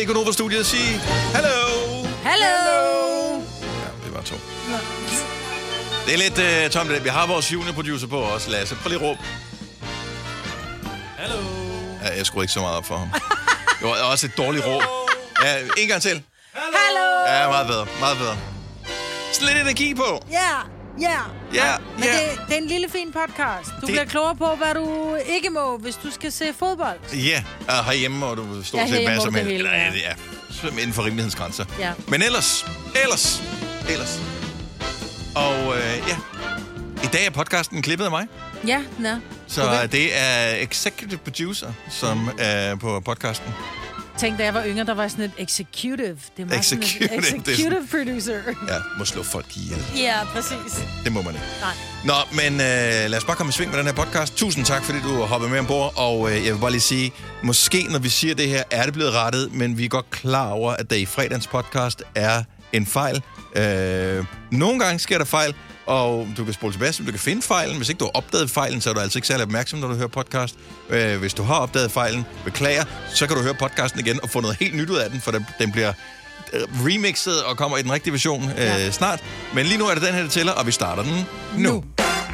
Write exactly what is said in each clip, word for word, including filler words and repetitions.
i Gonova-studiet og sige hallo. Hallo. Ja, det var to. Det er lidt uh, tomt det. Vi har vores juniorproducer på også, Lasse. Prøv lige råb. Hallo. Ja, jeg skruede ikke så meget op for ham. Det var også et dårligt råb. Ja, en gang til. Hallo. Ja, meget bedre, meget bedre. Så lidt energi på. Ja, ja. Ja, Men ja. det, det er en lille fin podcast. Du Det- bliver klogere på, hvad du ikke må, hvis du skal se fodbold. Ja, og herhjemme, og du stort Ja, set hvad herhjemme som må du helst. det hele, Eller, ja, så inden for rimelighedsgrænser. Ja. Men ellers, ellers, ellers. Og øh, ja, i dag er podcasten klippet af mig. Ja, ja. Så Okay. det er executive producer, som er på podcasten. Tænk, da jeg var yngre, der var sådan et executive. Det var Executive, sådan det er et executive producer. Ja, må slå folk ihjel. Ja, præcis. Det må man ikke. Nej. Nå, men øh, lad os bare komme i sving med den her podcast. Tusind tak, fordi du har hoppet med ombord. Og øh, jeg vil bare lige sige, måske når vi siger det her, er det blevet rettet, men vi er godt klar over, at der i fredagens podcast er en fejl. Øh, nogle gange sker der fejl, og du kan spole tilbage, så du kan finde fejlen. Hvis ikke du har opdaget fejlen, så er du altså ikke særlig opmærksom, når du hører podcast. Øh, hvis du har opdaget fejlen, beklager, så kan du høre podcasten igen og få noget helt nyt ud af den, for den, den bliver remixet og kommer i den rigtige version øh, ja. snart. Men lige nu er det den her, der tæller, og vi starter den nu. nu.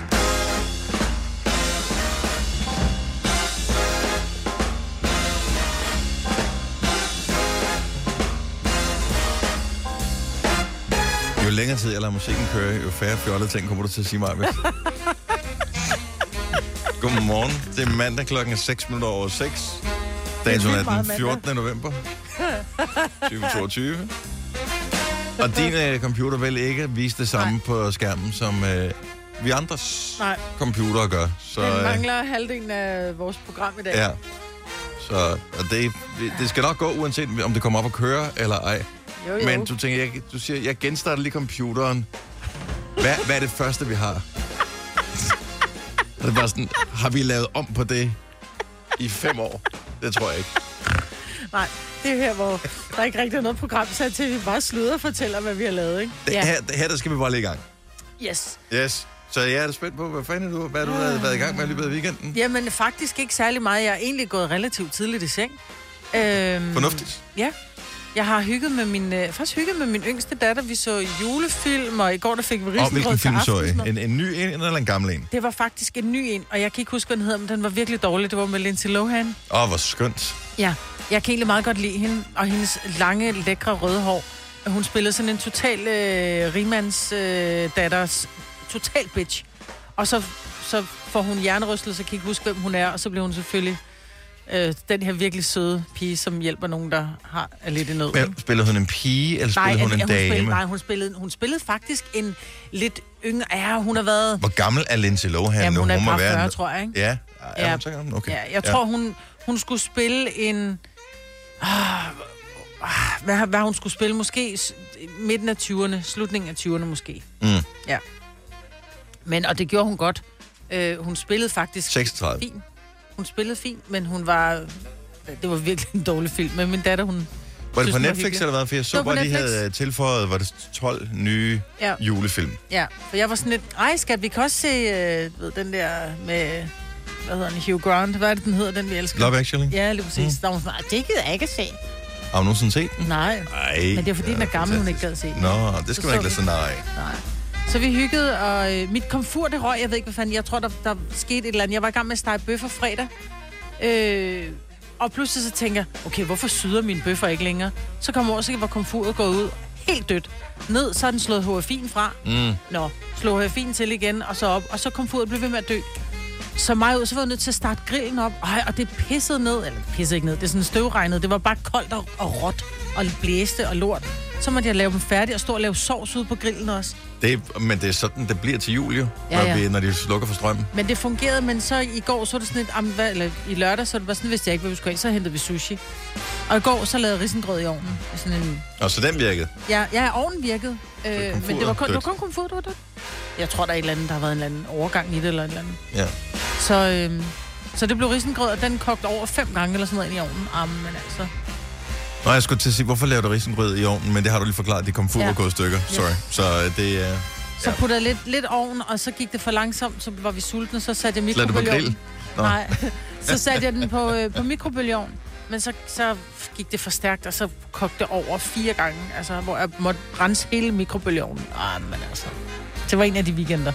Jo længere tid jeg lader musikken køre, jo færre fjollede ting kommer du til at sige mig. Godmorgen. Det er mandag klokken seks minutter over seks. Datoen er den fjortende november tyve toogtyve. Og din øh, computer vil ikke vise det samme Nej. på skærmen, som øh, vi andres Nej. computer gør. Så, Den øh, mangler halvdelen af vores program i dag. Ja. Så og det, det skal nok gå, uanset om det kommer op at køre eller ej. Jo, jo. Men du tænker, jeg, du siger, jeg genstarter lige computeren. Hvad, hvad er det første, vi har? Det er bare sådan, har vi lavet om på det i fem år? Det tror jeg ikke. Nej, det er her, hvor der ikke rigtig er noget program, så til vi bare slutter og fortæller, hvad vi har lavet, ikke? Det, Ja. her, her, der skal vi bare lige i gang. Yes. Yes. Så jeg er spændt på, hvad fanden er du, hvad du har været i gang med i løbet af weekenden? Jamen, faktisk ikke særlig meget. Jeg er egentlig gået relativt tidligt i seng. Øhm, Fornuftigt. Ja. Jeg har hygget med min, øh, faktisk hygget med min yngste datter. Vi så julefilm, og i går der fik vi Og risengrød hvilken til film så I? aftensmad. En, en ny en eller en gammel en? Det var faktisk en ny en, og jeg kan ikke huske, hvad den hedder, men den var virkelig dårlig. Det var med Lindsay Lohan. Åh, oh, hvor skønt. Ja, jeg kan egentlig meget godt lide hende, og hendes lange, lækre røde hår. Hun spillede sådan en total øh, rimands øh, datters total bitch. Og så, så får hun hjernerystelse, så kan ikke huske, hvem hun er, og så bliver hun selvfølgelig øh, den her virkelig søde pige, som hjælper nogen, der har er lidt i nød. Men, spillede hun en pige, eller spillede nej, hun en hun dame? Spillede, nej, hun spillede, hun spillede faktisk en lidt yngre... Ja, hun har været... Hvor gammel er Lindsay Lohan Jamen, nu? hun er et må par være fyrre, en- tror jeg, ikke? Ja, er Ja. hun så gammel? Okay. Ja, jeg tror, hun, hun skulle spille en... Ah, ah, hvad, hvad hun skulle spille? Måske s- midten af tyverne, slutningen af tyverne måske. Mm. Ja. Men, og det gjorde hun godt. Øh, hun spillede faktisk seksogtredive. fint. Hun spillede fint, men hun var... Det var virkelig en dårlig film. Men min datter, hun... Var det synes, på den var Netflix hyggelig. eller hvad? For jeg så Det var på bare, de Netflix. havde tilføjet, var det tolv nye Ja. julefilm. Ja, for jeg var sådan lidt... Ej, skat, vi kan også se øh, ved, den der med... Hvad hedder den? Hugh Grant. Hvad er det, den hedder, den vi elsker? Love Actually? Ja, lige præcis. Mm. Der var sådan, "Ej, det gider jeg ikke at se. Har du nogensinde set den? Nej. Ej, Men det er fordi, den er gammel, hun ikke gad se den. Nå, det skal Så man ikke lade så sig nej. Nej. Så vi hyggede, og øh, mit komfur, det røg, jeg ved ikke, hvad fanden, jeg tror, der, der skete et eller andet. Jeg var i gang med at stege bøffer fredag, øh, og pludselig så tænker jeg, okay, hvorfor syder mine bøffer ikke længere? Så kommer over, så var komfuret gået ud, helt dødt. Ned, så er den slået H F I'en fra. Mm. Nå, slog H F I'en til igen, og så op, og så komfuret blev ved med at dø. Så mig ud, så var jeg nødt til at starte grillen op, Ej, og det pissede ned, eller det pissede ikke ned, det er sådan støvregnet, det var bare koldt og, og råt, og blæste og lort. Så måtte jeg lave dem færdige og stå og lave sovs ude på grillen også. Det, men det er sådan, det bliver til jul jo, Ja, når, ja. vi, når de slukker for strømmen. Men det fungerede, men så i går, så var det sådan et, am, hvad, eller i lørdag, så var det bare sådan, hvis jeg ikke, hvad vi skulle have, så hentede vi sushi. Og i går, så lavede jeg risengrød i ovnen. Sådan en, Og så den virkede. ja, ja, ovnen virkede, øh, komfuret men det var kun, det var dødt. kun komfur, det var dødt. Jeg tror, der er et eller andet, der har været en eller anden overgang i det, eller et eller andet. Ja. Så, øh, så det blev risengrød, og den kogte over fem gange eller sådan noget ind i ovnen. Jamen, men altså... Nå, jeg skulle til at sige, hvorfor laver du risengrød i ovnen? Men det har du lige forklaret, det kom fuld Ja. og gået i stykker. Sorry. Ja. Så øh, det er... Så Ja. puttede jeg lidt, lidt ovn, og så gik det for langsomt, så var vi sultne, så satte jeg Lad det på grill. mikrobølgeovnen. Nå. Nej, så satte jeg den på, øh, på mikrobølgeovn. Men så, så gik det for stærkt, og så kogte det over fire gange, altså, hvor jeg måtte rense hele mikrobølgeovnen. Ah, men altså, det var en af de weekender.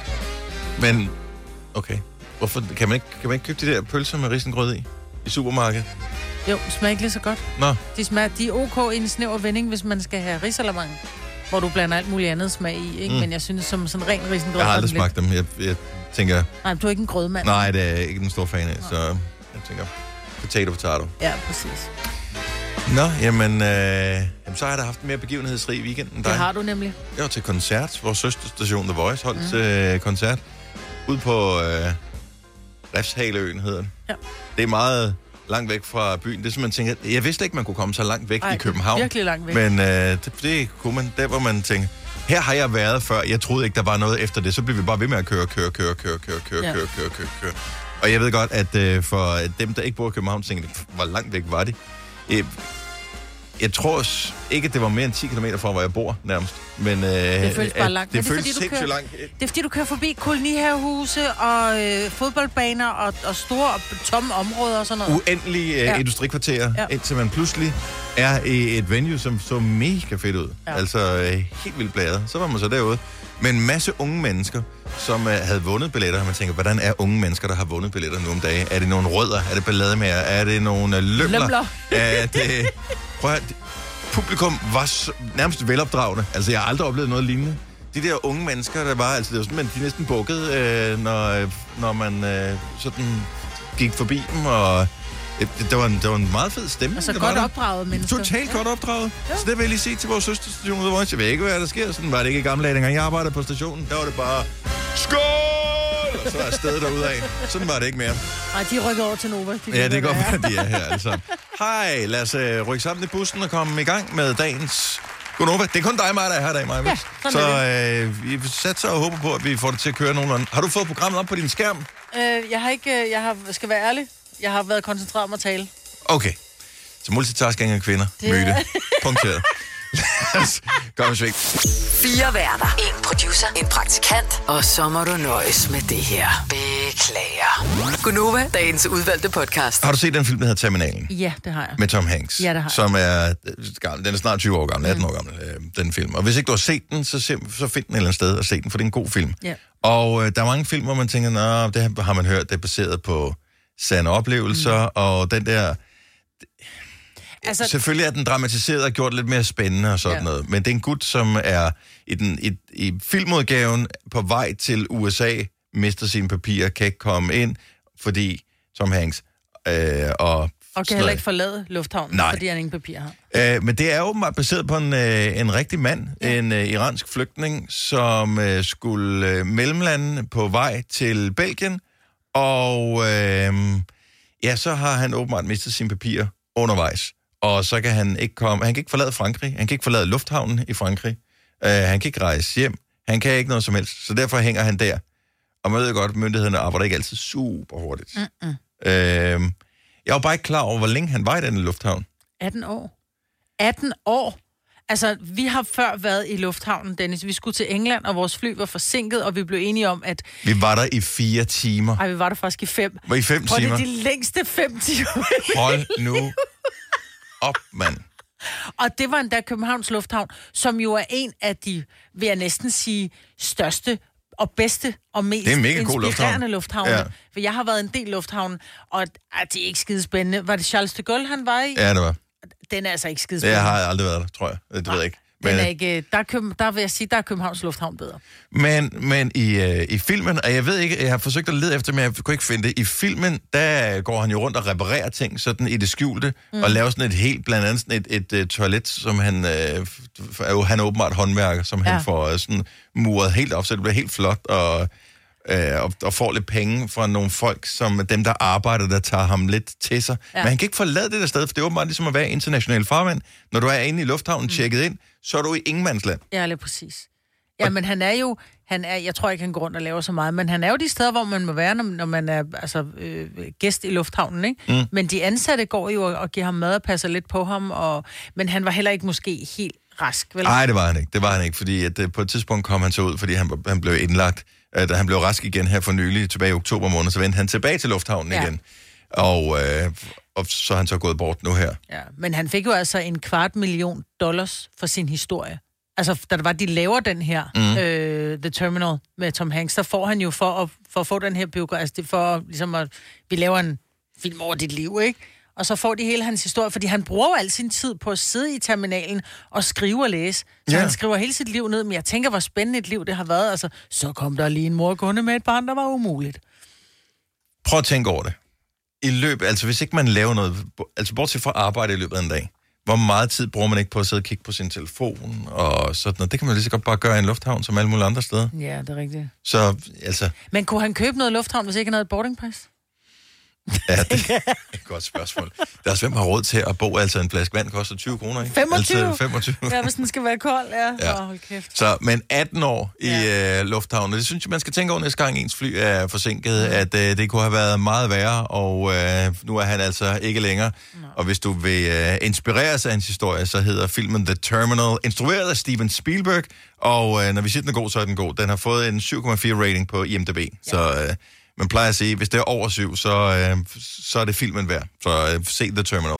Men, okay. Hvorfor kan man ikke, kan man ikke købe de der pølser med risengrød i? I supermarkedet? Jo, det smager ikke lige så godt. Nå. De smager, de er ok i en snæver vending, hvis man skal have risalamande, hvor du blander alt muligt andet smag i, ikke? Mm. Men jeg synes, som sådan ren risengrød... Jeg har aldrig smagt lidt... dem. Jeg, jeg tænker... Nej, du er ikke en grødmand. Nej, det er jeg ikke en stor fan af, så jeg tænker... Potato, potato. Ja, præcis. Nå, jamen, øh, jamen, så har jeg da haft en mere begivenhedsrig weekend end dig. Det har du nemlig. Jeg var til koncert. Vores søsterstation The Voice holdt mm. øh, koncert. Ude på øh, Refshaleøen hedder den. Ja. Det er meget langt væk fra byen. Det er som man tænker, jeg vidste ikke, man kunne komme så langt væk Ej, i København. Virkelig langt væk. Men øh, det, det kunne man. Der hvor man tænker, her har jeg været før. Jeg troede ikke, der var noget efter det. Så blev vi bare ved med at køre, køre, køre, køre, køre, køre, ja. køre, køre, køre, køre. Og jeg ved godt, at øh, for dem, der ikke bor i København, tænker, hvor langt væk var det? Øh, jeg tror ikke, at det var mere end ti kilometer fra, hvor jeg bor nærmest. Men, øh, det føles bare langt. Det, det føles sindssygt kører, langt. Det er fordi, du kører forbi kolonihavehuse og øh, fodboldbaner og, og store og tomme områder og sådan noget. Uendelige øh, ja. industrikvarterer, ja. indtil man pludselig er i et venue, som så mega fedt ud. Ja. Altså øh, helt vildt blæret. Så var man så derude. Men en masse unge mennesker, som øh, havde vundet billetter, og man tænker, hvordan er unge mennesker, der har vundet billetter nu om dagen? Er det nogle rødder? Er det ballademager? Er det nogle øh, lømler? Lømler. Er det... Prøv at, publikum var så, nærmest velopdragende. Altså, jeg har aldrig oplevet noget lignende. De der unge mennesker, der var, altså det var sådan, man, de næsten bukkede, øh, når, når man øh, sådan gik forbi dem, og øh, det, var en, det var en meget fed stemme. Altså godt opdraget mennesker. Totalt ja. godt opdraget. Ja. Så det vil jeg lige sige til vores søsterstation ude af Voice. Jeg ved ikke, hvad der sker. Sådan var det ikke i gamle dage, dengang jeg arbejdede på stationen. Der var det bare, skål! Og så er stedet derudad. Sådan var det ikke mere. Nej, de rykker over til Nova. De ja, det går godt, de er her altså. Hej, lad os uh, rykke sammen i bussen og komme i gang med dagens Gonova. Det er kun dig og mig, der er her i dag, Maja. Ja, så uh, vi satser og håber på, at vi får det til at køre nogenlunde. Har du fået programmet op på din skærm? Uh, jeg har ikke, jeg har, skal være ærlig, jeg har været koncentreret om at tale. Okay. Så multitasking af kvinder. Det... Myte. Punkteret. Lad os komme sving. Fire værter. En producer. En praktikant. Og så må du nøjes med det her. Beklager. Gonova, dagens udvalgte podcast. Har du set den film, der hedder Terminalen? Ja, det har jeg. Med Tom Hanks. Ja, det har jeg. Som er gammel. Den er snart tyve år gammel, atten år gammel, øh, den film. Og hvis ikke du har set den, så, se, så find den et eller andet sted og se den, for det er en god film. Ja. Og øh, der er mange film, hvor man tænker, nå, det har man hørt, det er baseret på sande oplevelser, mm. og den der... Altså, selvfølgelig er den dramatiseret og gjort lidt mere spændende og sådan ja. noget, men det er en gut, som er i, den, i, i filmudgaven på vej til U S A, mister sine papirer, kan ikke komme ind, fordi Tom Hanks øh, og... Og kan heller ikke forlade lufthavnen, Nej. fordi han ingen papir har. Øh, men det er åbenbart baseret på en, øh, en rigtig mand, ja. en øh, iransk flygtning, som øh, skulle øh, mellemlande på vej til Belgien, og øh, ja, så har han åbenbart mistet sine papirer undervejs. Og så kan han ikke komme... Han kan ikke forlade Frankrig. Han kan ikke forlade lufthavnen i Frankrig. Uh, han kan ikke rejse hjem. Han kan ikke noget som helst. Så derfor hænger han der. Og man ved godt, at myndighederne arbejder ikke altid super hurtigt. Mm-mm. Uh, jeg var bare ikke klar over, hvor længe han var i den lufthavn. atten år. atten år? Altså, vi har før været i lufthavnen, Dennis. Vi skulle til England, og vores fly var forsinket, og vi blev enige om, at... Vi var der i fire timer. Nej, vi var der faktisk i fem. Var i fem Prøv, timer? det er de længste fem timer. Hold nu op, mand. Og det var endda Københavns Lufthavn, som jo er en af de, vil jeg næsten sige, største og bedste og mest inspirerende lufthavne. Ja. For jeg har været en del lufthavne, og ah, det er ikke skide spændende. Var det Charles de Gaulle, han var i? Ja, det var. Den er altså ikke skide spændende. Jeg har aldrig været der, tror jeg. Det ved jeg ikke. Men, er ikke, der, er, der vil jeg sige, der er Københavns Lufthavn bedre. Men, men i, øh, i filmen, og jeg ved ikke, jeg har forsøgt at lede efter, men jeg kunne ikke finde det. I filmen, der går han jo rundt og reparerer ting sådan i det skjulte, mm. og laver sådan et helt, blandt andet sådan et, et, et toilet, som han, øh, er han er åbenbart håndværker, som ja. han får øh, sådan muret helt op, så det bliver helt flot, og, øh, og, og får lidt penge fra nogle folk, som dem, der arbejder, der tager ham lidt til sig. Ja. Men han kan ikke forlade det der sted, for det er åbenbart ligesom at være international farvand. Når du er inde i lufthavnen, mm. tjekket ind, så er du i ingenmandsland. Ja, lige præcis. Ja, men han er jo, han er, jeg tror ikke, han går rundt og laver så meget, men han er jo de steder, hvor man må være, når, når man er altså, øh, gæst i lufthavnen, ikke? Mm. Men de ansatte går jo og, og giver ham mad og passer lidt på ham, og, men han var heller ikke måske helt rask, vel? Nej, det var han ikke. Det var han ikke, fordi at, uh, på et tidspunkt kom han så ud, fordi han, han blev indlagt. Uh, da han blev rask igen her for nylig, tilbage i oktober måned, så vendte han tilbage til lufthavnen ja. igen. Og, øh, og så er han så gået bort nu her. Ja, men han fik jo altså en kvart million dollars for sin historie. Altså, da det var, de laver den her, mm. øh, The Terminal med Tom Hanks, der får han jo for at, for at få den her biografi, altså det for ligesom at, vi laver en film over dit liv, ikke? Og så får de hele hans historie, fordi han bruger jo al sin tid på at sidde i terminalen og skrive og læse. Så ja. Han skriver hele sit liv ned, men jeg tænker, hvor spændende et liv det har været. Altså, så kom der lige en mor gående med et barn, der var umuligt. Prøv at tænke over det. I løbet, altså hvis ikke man laver noget, altså bortset fra arbejde i løbet af en dag, hvor meget tid bruger man ikke på at sidde og kigge på sin telefon og sådan noget. Det kan man lige så godt bare gøre i en lufthavn, som alle mulige andre steder. Ja, det er rigtigt. Så, altså... Men kunne han købe noget lufthavn, hvis ikke han havde et boardingpass? Ja, det er et godt spørgsmål. Der er også hvem har råd til at bo, altså en flaske vand koster tyve kroner, ikke? femogtyve? Altså femogtyve. Ja, hvis den skal være kold, ja. Ja. Åh, hold kæft. Så, men atten år i ja. uh, lufthavnen, det synes jeg, man skal tænke over næste gang ens fly er forsinket, mm. at uh, det kunne have været meget værre, og uh, nu er han altså ikke længere. No. Og hvis du vil uh, inspireres af hans historie, så hedder filmen The Terminal, instrueret af Steven Spielberg, og uh, når vi siger, den er god, så er den god. Den har fået en syv komma fire rating på I M D B, ja. Så... Uh, man plejer at sige, hvis det er over syv, så, øh, så er det filmen værd. Så øh, se The Terminal.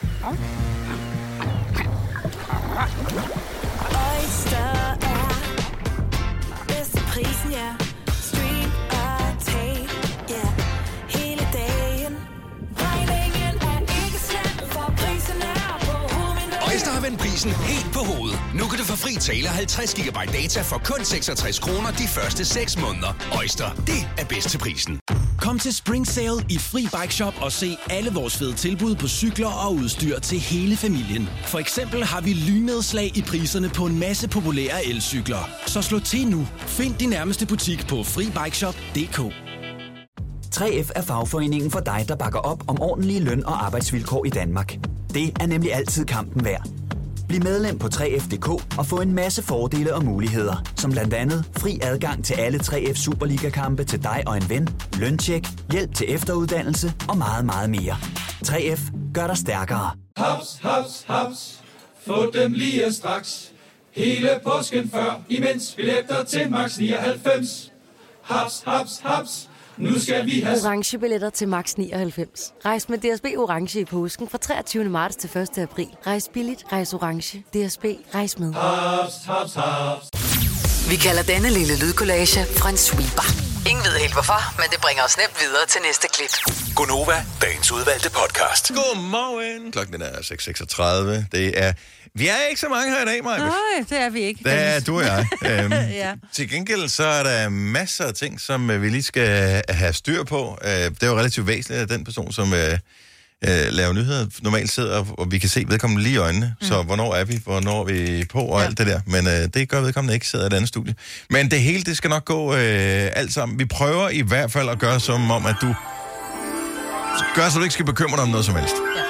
Øjster har vendt prisen helt på hovedet. Nu kan du få fri tale halvtreds gigabyte data for kun seksogtres kroner de første seks måneder. Øjster, det er bedst til prisen. Kom til Spring Sale i Fri Bike Shop og se alle vores fede tilbud på cykler og udstyr til hele familien. For eksempel har vi lynnedslag i priserne på en masse populære elcykler. Så slå til nu. Find din nærmeste butik på fri bike shop punktum d k. tre F er fagforeningen for dig, der bakker op om ordentlige løn- og arbejdsvilkår i Danmark. Det er nemlig altid kampen værd. Bliv medlem på tre F punktum d k og få en masse fordele og muligheder, som blandt andet fri adgang til alle tre F Superliga-kampe til dig og en ven, løntjek, hjælp til efteruddannelse og meget, meget mere. tre F gør dig stærkere. Haps, haps, haps. Få dem lige straks. Hele påsken før, imens billetter til max nioghalvfems. Haps, haps, haps. Nu skal vi have orange billetter til max nioghalvfems. Rejs med D S B Orange i påsken fra treogtyvende marts til første april. Rejs billigt, rejs orange. D S B, rejs med. haps, haps, haps. Vi kalder denne lille lydkollage en sweeper. Ingen ved helt hvorfor, men det bringer os nemt videre til næste klip. Gonova, dagens udvalgte podcast. Godmorgen. Klokken er seks seksogtredive. Det er... Vi er ikke så mange her i dag, Maja. Nej, det er vi ikke. Det er du og jeg. Øhm, ja. Til gengæld så er der masser af ting, som vi lige skal have styr på. Det er jo relativt væsentligt, at den person, som øh, laver nyheder, normalt sidder, og vi kan se vedkommende lige i øjnene. Mm. Så hvornår er vi, hvornår er vi på, og ja. alt det der. Men øh, det gør vedkommende ikke, sidder i et andet studie. Men det hele, det skal nok gå øh, alt sammen. Vi prøver i hvert fald at gøre som om, at du gør, så du ikke skal bekymre dig om noget som helst. Ja.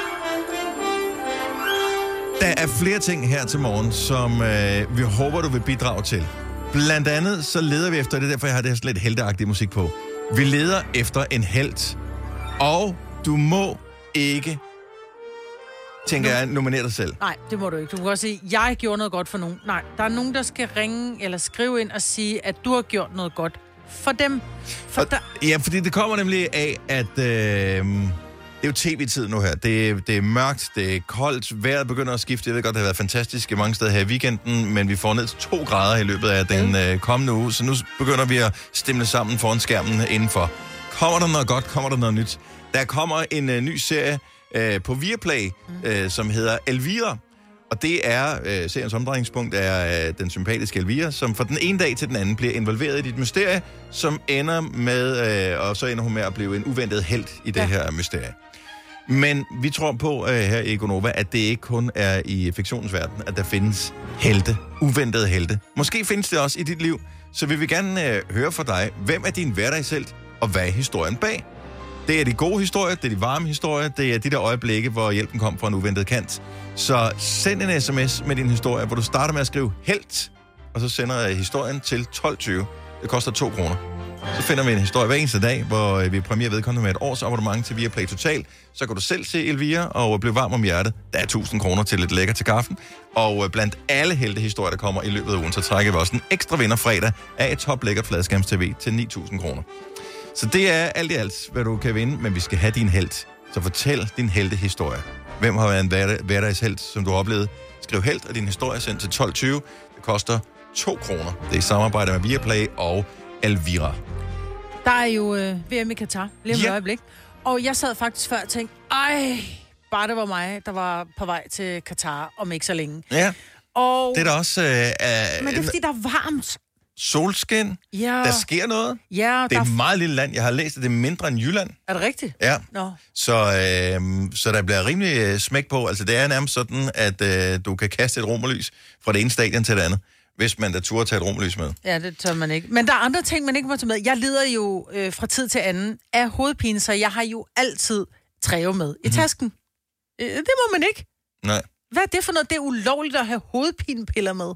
Der er flere ting her til morgen, som øh, vi håber, du vil bidrage til. Blandt andet, så leder vi efter, det er derfor, jeg har det her lidt helteagtig musik på. Vi leder efter en helt. Og du må ikke, tænker jeg, nominere dig selv. Nej, det må du ikke. Du kan godt sige, jeg gjorde noget godt for nogen. Nej, der er nogen, der skal ringe eller skrive ind og sige, at du har gjort noget godt for dem. For og, der... Ja, fordi det kommer nemlig af, at... Øh, det er jo tv-tid nu her. Det, det er mørkt, det er koldt, vejret begynder at skifte. Jeg ved godt, det har været fantastisk mange steder her i weekenden, men vi får ned til to grader i løbet af den øh, kommende uge, så nu begynder vi at stimle sammen foran skærmen indenfor. Kommer der noget godt? Kommer der noget nyt? Der kommer en øh, ny serie øh, på Viaplay, øh, som hedder Elvira. Og det er, øh, seriens omdrejningspunkt er øh, den sympatiske Elvira, som fra den ene dag til den anden bliver involveret i dit mysterie, som ender med, øh, og så ender hun med at blive en uventet helt i det ja. her mysterie. Men vi tror på øh, her i Gonova, at det ikke kun er i fiktionens verden, at der findes helte, uventede helte. Måske findes det også i dit liv, så vi vil gerne øh, høre fra dig, hvem er din hverdagshelt, og hvad er historien bag? Det er de gode historier, det er de varme historier, det er de der øjeblikke, hvor hjælpen kom fra en uventet kant. Så send en sms med din historie, hvor du starter med at skrive helt, og så sender historien til tolv tyve. Det koster to kroner. Så finder vi en historie hver eneste dag, hvor vi præmierer vedkommende med et års abonnement til Viaplay Total. Så kan du selv se Elvira og blive varm om hjertet. Der er tusind kroner til lidt lækker til kaffen. Og blandt alle heltehistorier, der kommer i løbet af ugen, så trækker vi også en ekstra vinder fredag af et toplækkert fladskærms-T V til ni tusind kroner. Så det er alt i alt, hvad du kan vinde, men vi skal have din helt Så fortæl din heltehistorie. Hvem har været en hverdag- hverdagshelt, som du har oplevet? Skriv helt og din historie sendt til tolv tyve. Det koster to kroner. Det er i samarbejde med Viaplay og Alvira. Der er jo øh, V M i Katar, lige om et Ja. øjeblik. Og jeg sad faktisk før og tænkte, ej, bare det var mig, der var på vej til Katar om ikke så længe. Ja, Og, det er da også øh, men det er fordi, der er varmt. solskin. Ja, Der sker noget. ja Det er der et meget lille land. Jeg har læst, at det er mindre end Jylland. er det rigtigt? Ja. Nå. Så, øh, så der bliver rimelig øh, smæk på. Altså, det er nærmest sådan, at øh, du kan kaste et romerlys fra det ene stadion til det andet, hvis man da turde tage et romerlys med. Ja, det tør man ikke. Men der er andre ting, man ikke må tage med. Jeg lider jo øh, fra tid til anden af hovedpine, så jeg har jo altid træve med i tasken. Øh, det må man ikke. Nej. Hvad er det for noget? Det er ulovligt at have hovedpinepiller med.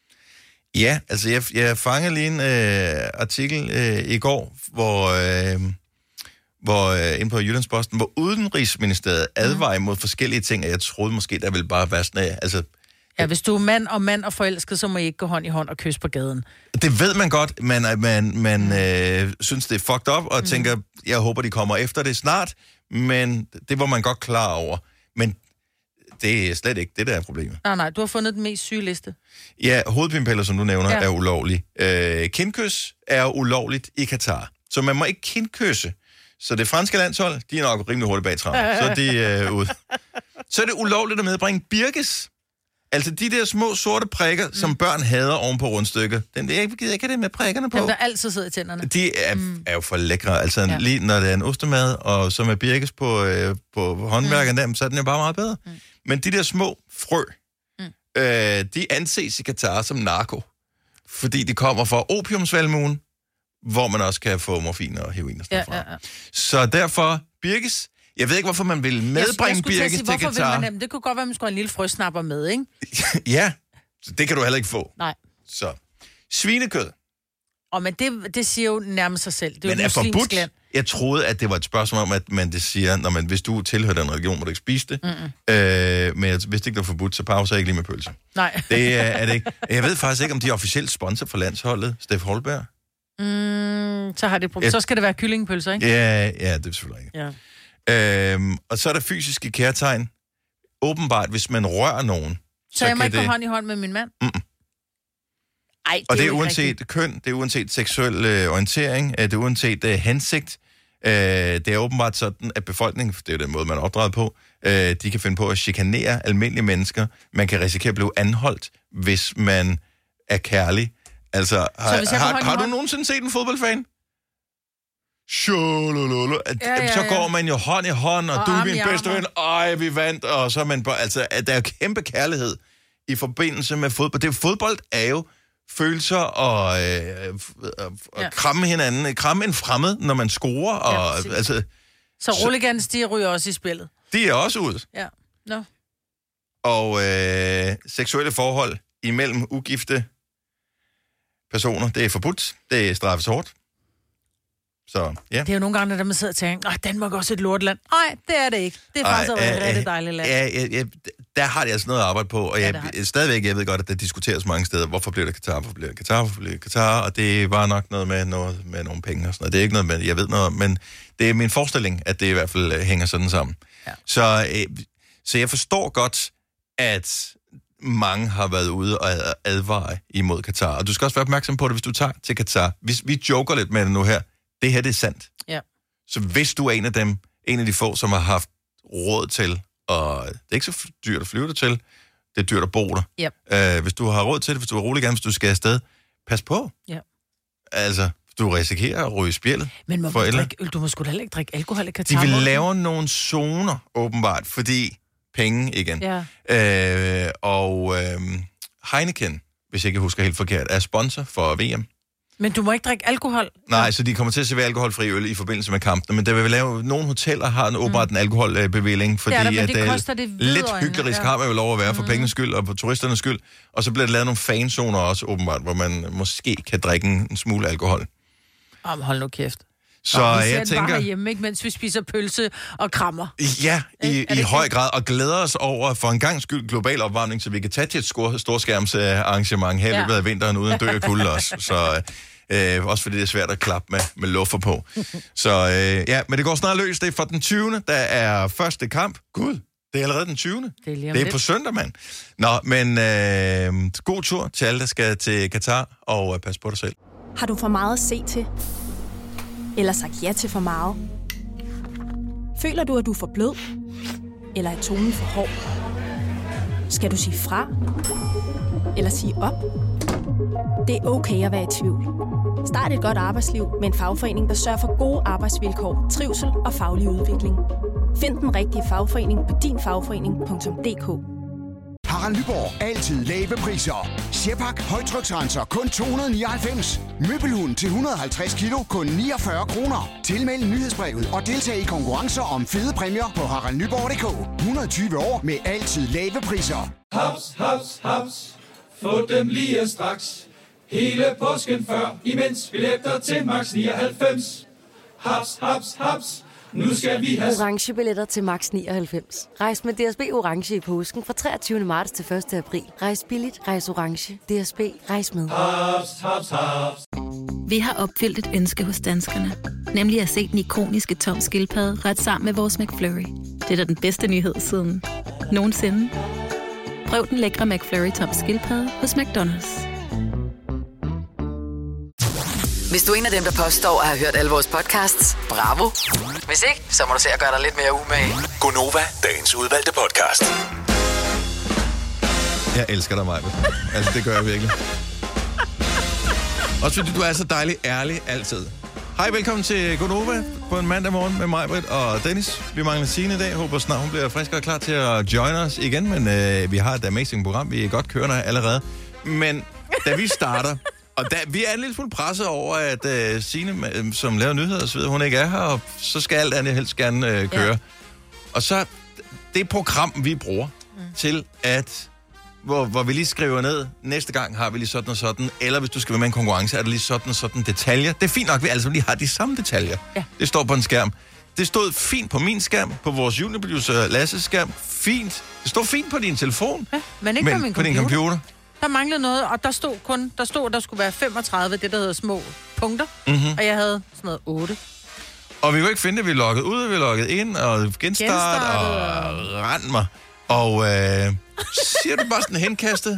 Ja, altså jeg, jeg fangede lige en øh, artikel øh, i går, hvor, øh, hvor øh, inde på Jyllandsposten, hvor Udenrigsministeriet advarer mod forskellige ting, og jeg troede måske, der ville bare være sådan, øh, altså... Ja, hvis du er mand og mand og forelsket, så må I ikke gå hånd i hånd og kysse på gaden. Det ved man godt, men man, man øh, synes, det er fucked up, og mm. tænker, jeg håber, de kommer efter det snart, men det var man godt klar over. Men det er slet ikke det, der er problemet. Nej, nej, du har fundet den mest syge liste. Ja, hovedpinepiller, som du nævner, ja. Ja. er ulovlig. Øh, kindkys er ulovligt i Katar, så man må ikke kindkysse. Så det franske landshold, de er nok rimelig hurtigt bag travlt, så de er øh, ude. Så er det ulovligt at medbringe birkes. Altså de der små sorte prikker, mm. som børn hader oven på rundstykket. Den der, jeg gider ikke have det med prikkerne på. Dem, der altid sidder i tænderne. De er, mm. er jo for lækre. Altså ja. Ja. lige når det er en ostemad, og så med birkes på, øh, på håndværkeren, mm. så er den jo bare meget bedre. Mm. Men de der små frø, mm. øh, de anses i Katar som narko. Fordi de kommer fra opiumsvalmuen, hvor man også kan få morfin og heroin og sådan Ja, fra. ja, ja. Så derfor, birkes. Jeg ved ikke, hvorfor man vil medbringe jeg, jeg birkes til, til, sige, til hvorfor Katar. vil man, det kunne godt være, at man skulle have en lille frøsnapper med, ikke? Ja, det kan du heller ikke få. Nej. Så, svinekød. Og men det, det siger jo nærmest sig selv. Det er Men jo er et muslimsk forbudt. land. Jeg troede, at det var et spørgsmål om, at man det siger, når man, hvis du tilhører den religion, må du ikke spise det. Mm-hmm. Øh, men jeg vidste ikke, det var forbudt, så pauser jeg ikke lige med pølse. Nej. Det er, er det ikke. Jeg ved faktisk ikke, om de er officielt sponsor for landsholdet, Steff Holberg. Mm, så har det problem. Jeg- Så skal det være kyllingepølser, ikke? Ja, ja, det er selvfølgelig ikke. Ja. Øhm, og så er der fysiske kærtegn. Åbenbart, hvis man rører nogen, Så, så jeg må kan ikke det... gå hånd i hånd med min mand? Mm-mm. Ej, det Og det er jo ikke uanset rigtigt. køn, det er uanset seksuel øh, orientering, øh, det er uanset øh, hensigt. Øh, det er åbenbart sådan, at befolkningen, det er den måde, man er opdraget på, øh, de kan finde på at chikanere almindelige mennesker. Man kan risikere at blive anholdt, hvis man er kærlig. Altså, har, hvis jeg går har, hånd i har du hånd- nogensinde set en fodboldfan? Sjolololo. At- Ja, ja, Så ja. går man jo hånd i hånd, og, Og du er arm min i bedste arm. ven, ej, vi vandt, og så er man bare, altså, at der er jo kæmpe kærlighed i forbindelse med fodbold. Det fodbold er jo følelser og, øh, og, og Ja. kramme hinanden, kramme en fremmed, når man scorer, og Ja, præcis. altså, Så rulligans, de ryger også i spillet. de er også ud. Ja. Nå. Og øh, seksuelle forhold imellem ugifte personer, det er forbudt, det er straffes hårdt. Så, ja. Det er jo nogle gange, når man sidder og tænker, åh, Danmark er også et lortland. Nej, det er det ikke. Det er faktisk Ej, et øh, rigtig dejligt land. Ja, ja, ja, der har de altså noget at arbejde på, og Ja, jeg, det har de. stadigvæk, jeg ved godt, at det diskuteres mange steder, hvorfor bliver det Katar, hvorfor bliver det Katar, hvorfor bliver det Katar, og det var nok noget med, noget med nogle penge og sådan noget. Det er ikke noget med, jeg ved noget om, men det er min forestilling, at det i hvert fald øh, hænger sådan sammen. Ja. Så, øh, så jeg forstår godt, at mange har været ude og ad- advare imod Katar, og du skal også være opmærksom på det, hvis du tager til Katar. Hvis vi joker lidt med det nu her, det her det er sandt. Ja. Så hvis du er en af dem, en af de få, som har haft råd til, og det er ikke så dyrt at flyve dig til, det er dyrt at bo der. Yep. Uh, hvis du har råd til det, hvis du er rolig gerne, hvis du skal afsted, pas på. Ja. Altså, du risikerer at ryge i spjældet. Men må for man eller- drikke øl? Du må sgu da heller ikke drikke alkohol i De Katar. vil må du? lave nogle zoner, åbenbart, fordi penge igen. Ja. Uh, og uh, Heineken, hvis jeg ikke husker helt forkert, er sponsor for V M. Men du må ikke drikke alkohol. Nej, så de kommer til at servere alkoholfri øl i forbindelse med kampene, men der vil lave, nogle hoteller har en åbenbart en alkoholbevilling, fordi Det er der, men at det det koster det hvide lidt øjne, hyggelig ja. har man jo lov at være for pengenes skyld og for turisternes skyld, og så bliver der lavet nogle fanzoner også åbenbart, hvor man måske kan drikke en, en smule alkohol. Om hold nu kæft. Så Nå, vi jeg ser tænker, bare hjemme, ikke, mens vi spiser pølse og krammer. ja, i, Er det i ikke høj det? grad, og glæder os over for en gang skyld global opvarmning, så vi kan tage til et skor- storskærmsarrangement her i Ja. løbet af vinteren uden at dø af kulde også. Så, Øh, også fordi det er svært at klappe med, med luffer på. Så øh, ja, men det går snart løs. Det er for den tyvende, der er første kamp. Gud, det er allerede den tyvende. Det er, lige om det er lidt. på søndag, mand. Nå, men øh, god tur til alle, der skal til Katar, og øh, pas på dig selv. Har du for meget at se til? Eller sagt ja til for meget? Føler du, at du er for blød? Eller er tonen for hård? Skal du sige fra? Eller sige op? Det er okay at være i tvivl. Start et godt arbejdsliv med en fagforening, der sørger for gode arbejdsvilkår, trivsel og faglig udvikling. Find den rigtige fagforening på din fagforening punktum d k. Harald Nyborg. Altid lave priser. Sjehpak højtryksrenser kun to hundrede nioghalvfems. Møbelhund til et hundrede og halvtreds kilo kun niogfyrre kroner. Tilmeld nyhedsbrevet og deltag i konkurrencer om fede præmier på harald nyborg punktum d k. et hundrede og tyve år med altid lave priser. Haps, haps, haps. Få dem lige straks. Hele påsken før, imens billetter til max nioghalvfems. Haps, haps, haps. Nu skal vi have Orange billetter til max nioghalvfems. Rejs med D S B Orange i påsken fra treogtyvende marts til første april. Rejs billigt, rejs orange. D S B, rejs med. haps, haps, haps. Vi har opfyldt et ønske hos danskerne. Nemlig at se den ikoniske Tom Skildpadde ret sammen med vores McFlurry. Det er da den bedste nyhed siden nogensinde. Prøv den lækre McFlurry Tom Skildpadde hos McDonald's. Hvis du er en af dem, der påstår at have hørt alle vores podcasts, bravo. Hvis ikke, så må du se at gøre dig lidt mere umage. Gonova, dagens udvalgte podcast. Jeg elsker dig, Majbert. Altså, det gør jeg virkelig. Også fordi du er så dejlig ærlig altid. Hej, velkommen til Gonova på en mandag morgen med Majbert og Dennis. Vi mangler Signe i dag. Håber snart hun bliver frisk og klar til at join os igen. Men øh, vi har et amazing program. Vi er godt kørende allerede. Men da vi starter... Og da, vi er en lille smule presset over, at øh, Signe, som laver nyheder og så videre, hun ikke er her, og så skal alt andet helst gerne øh, køre. Ja. Og så det program, vi bruger mm. til at, hvor, hvor vi lige skriver ned, næste gang har vi lige sådan og sådan, eller hvis du skal være med en konkurrence, er der lige sådan og sådan detaljer. Det er fint nok, at vi altså lige har de samme detaljer. Ja. Det står på en skærm. Det stod fint på min skærm, på vores juniorproducer Lasses skærm. Fint. Det stod fint på din telefon. Ja, men ikke men på min på computer. Din computer. Der manglede noget, og der stod kun, der stod, der skulle være femogtredive, det der hedder små punkter, mm-hmm. og jeg havde sådan noget otte. Og vi kunne ikke finde det, vi loggede ud, vi loggede ind, og genstart, og rend mig. Og øh, siger du bare sådan henkastet?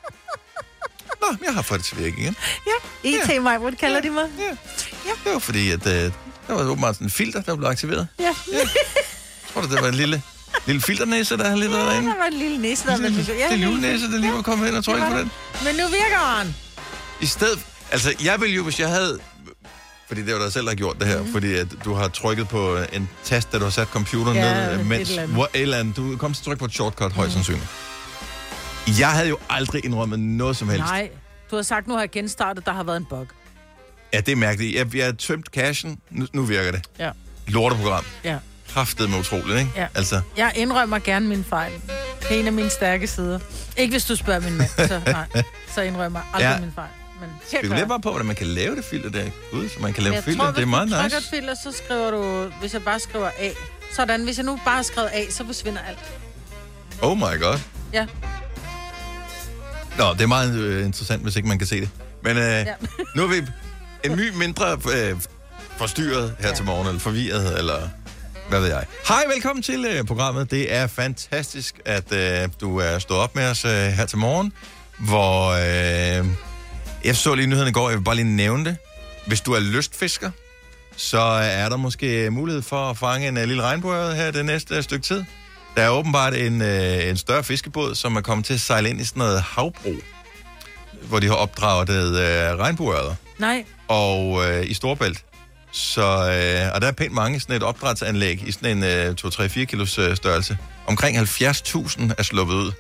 Nå, jeg har fået det til at virke igen. Ja, I T mig, hvad kalder ja. de mig? Ja. ja, det var fordi, at øh, der var åbenbart sådan en filter, der blev aktiveret. Ja. ja. Jeg tror, det var en lille... Lille filternæse, der har lidt været derinde. Ja, der var en lille næse, der lille, ja, det er julenæse, der lige var kommet ind og trykke på den. Men nu virker han. I stedet... Altså, jeg ville jo, hvis jeg havde... Fordi det var dig selv, der har gjort det her. Mm. Fordi at du har trykket på en tast, da du har sat computeren ja, ned. Mens, et eller andet. Et eller andet. Du kom til at trykke på et shortcut, mm. højst sandsynligt. Jeg havde jo aldrig indrømmet noget som helst. Nej, du har sagt, nu har jeg genstartet, der har været en bug. Ja, det er mærkeligt. Jeg, jeg har tømt cashen. Nu, nu virker det. Ja. Lorteprogram. Ja. Kraftet med utroligt, ikke? Ja. Altså. Jeg indrømmer gerne min fejl. Det er en af mine stærke sider. Ikke hvis du spørger min mand, så, nej, så indrømmer jeg aldrig ja. min fejl. Men spekulerer bare på, hvordan man kan lave det filter der ude, så man kan lave jeg filter. Tror, det er meget nice. Hvis du trykker et filter, så skriver du, hvis jeg bare skriver A. Sådan, hvis jeg nu bare skriver A, så forsvinder alt. Oh my god. Ja. Nå, det er meget øh, interessant, hvis ikke man kan se det. Men øh, ja. nu er vi en my mindre øh, forstyrret her ja. til morgen, eller forvirret, eller hvad ved jeg. Hej, velkommen til øh, programmet. Det er fantastisk, at øh, du er stået op med os øh, her til morgen, hvor øh, jeg så lige nyheden i går, jeg vil bare lige nævne det. Hvis du er lystfisker, så er der måske mulighed for at fange en uh, lille regnbueørred her det næste uh, stykke tid. Der er åbenbart en, uh, en større fiskebåd, som er kommet til at sejle ind i sådan noget havbro, hvor de har opdraget uh, regnbueørreder. Nej. Og uh, i Storebælt. Så, uh, og der er pænt mange sådan et opdrætsanlæg i sådan en uh, to til fire kilos uh, størrelse. Omkring halvfjerds tusind er sluppet ud.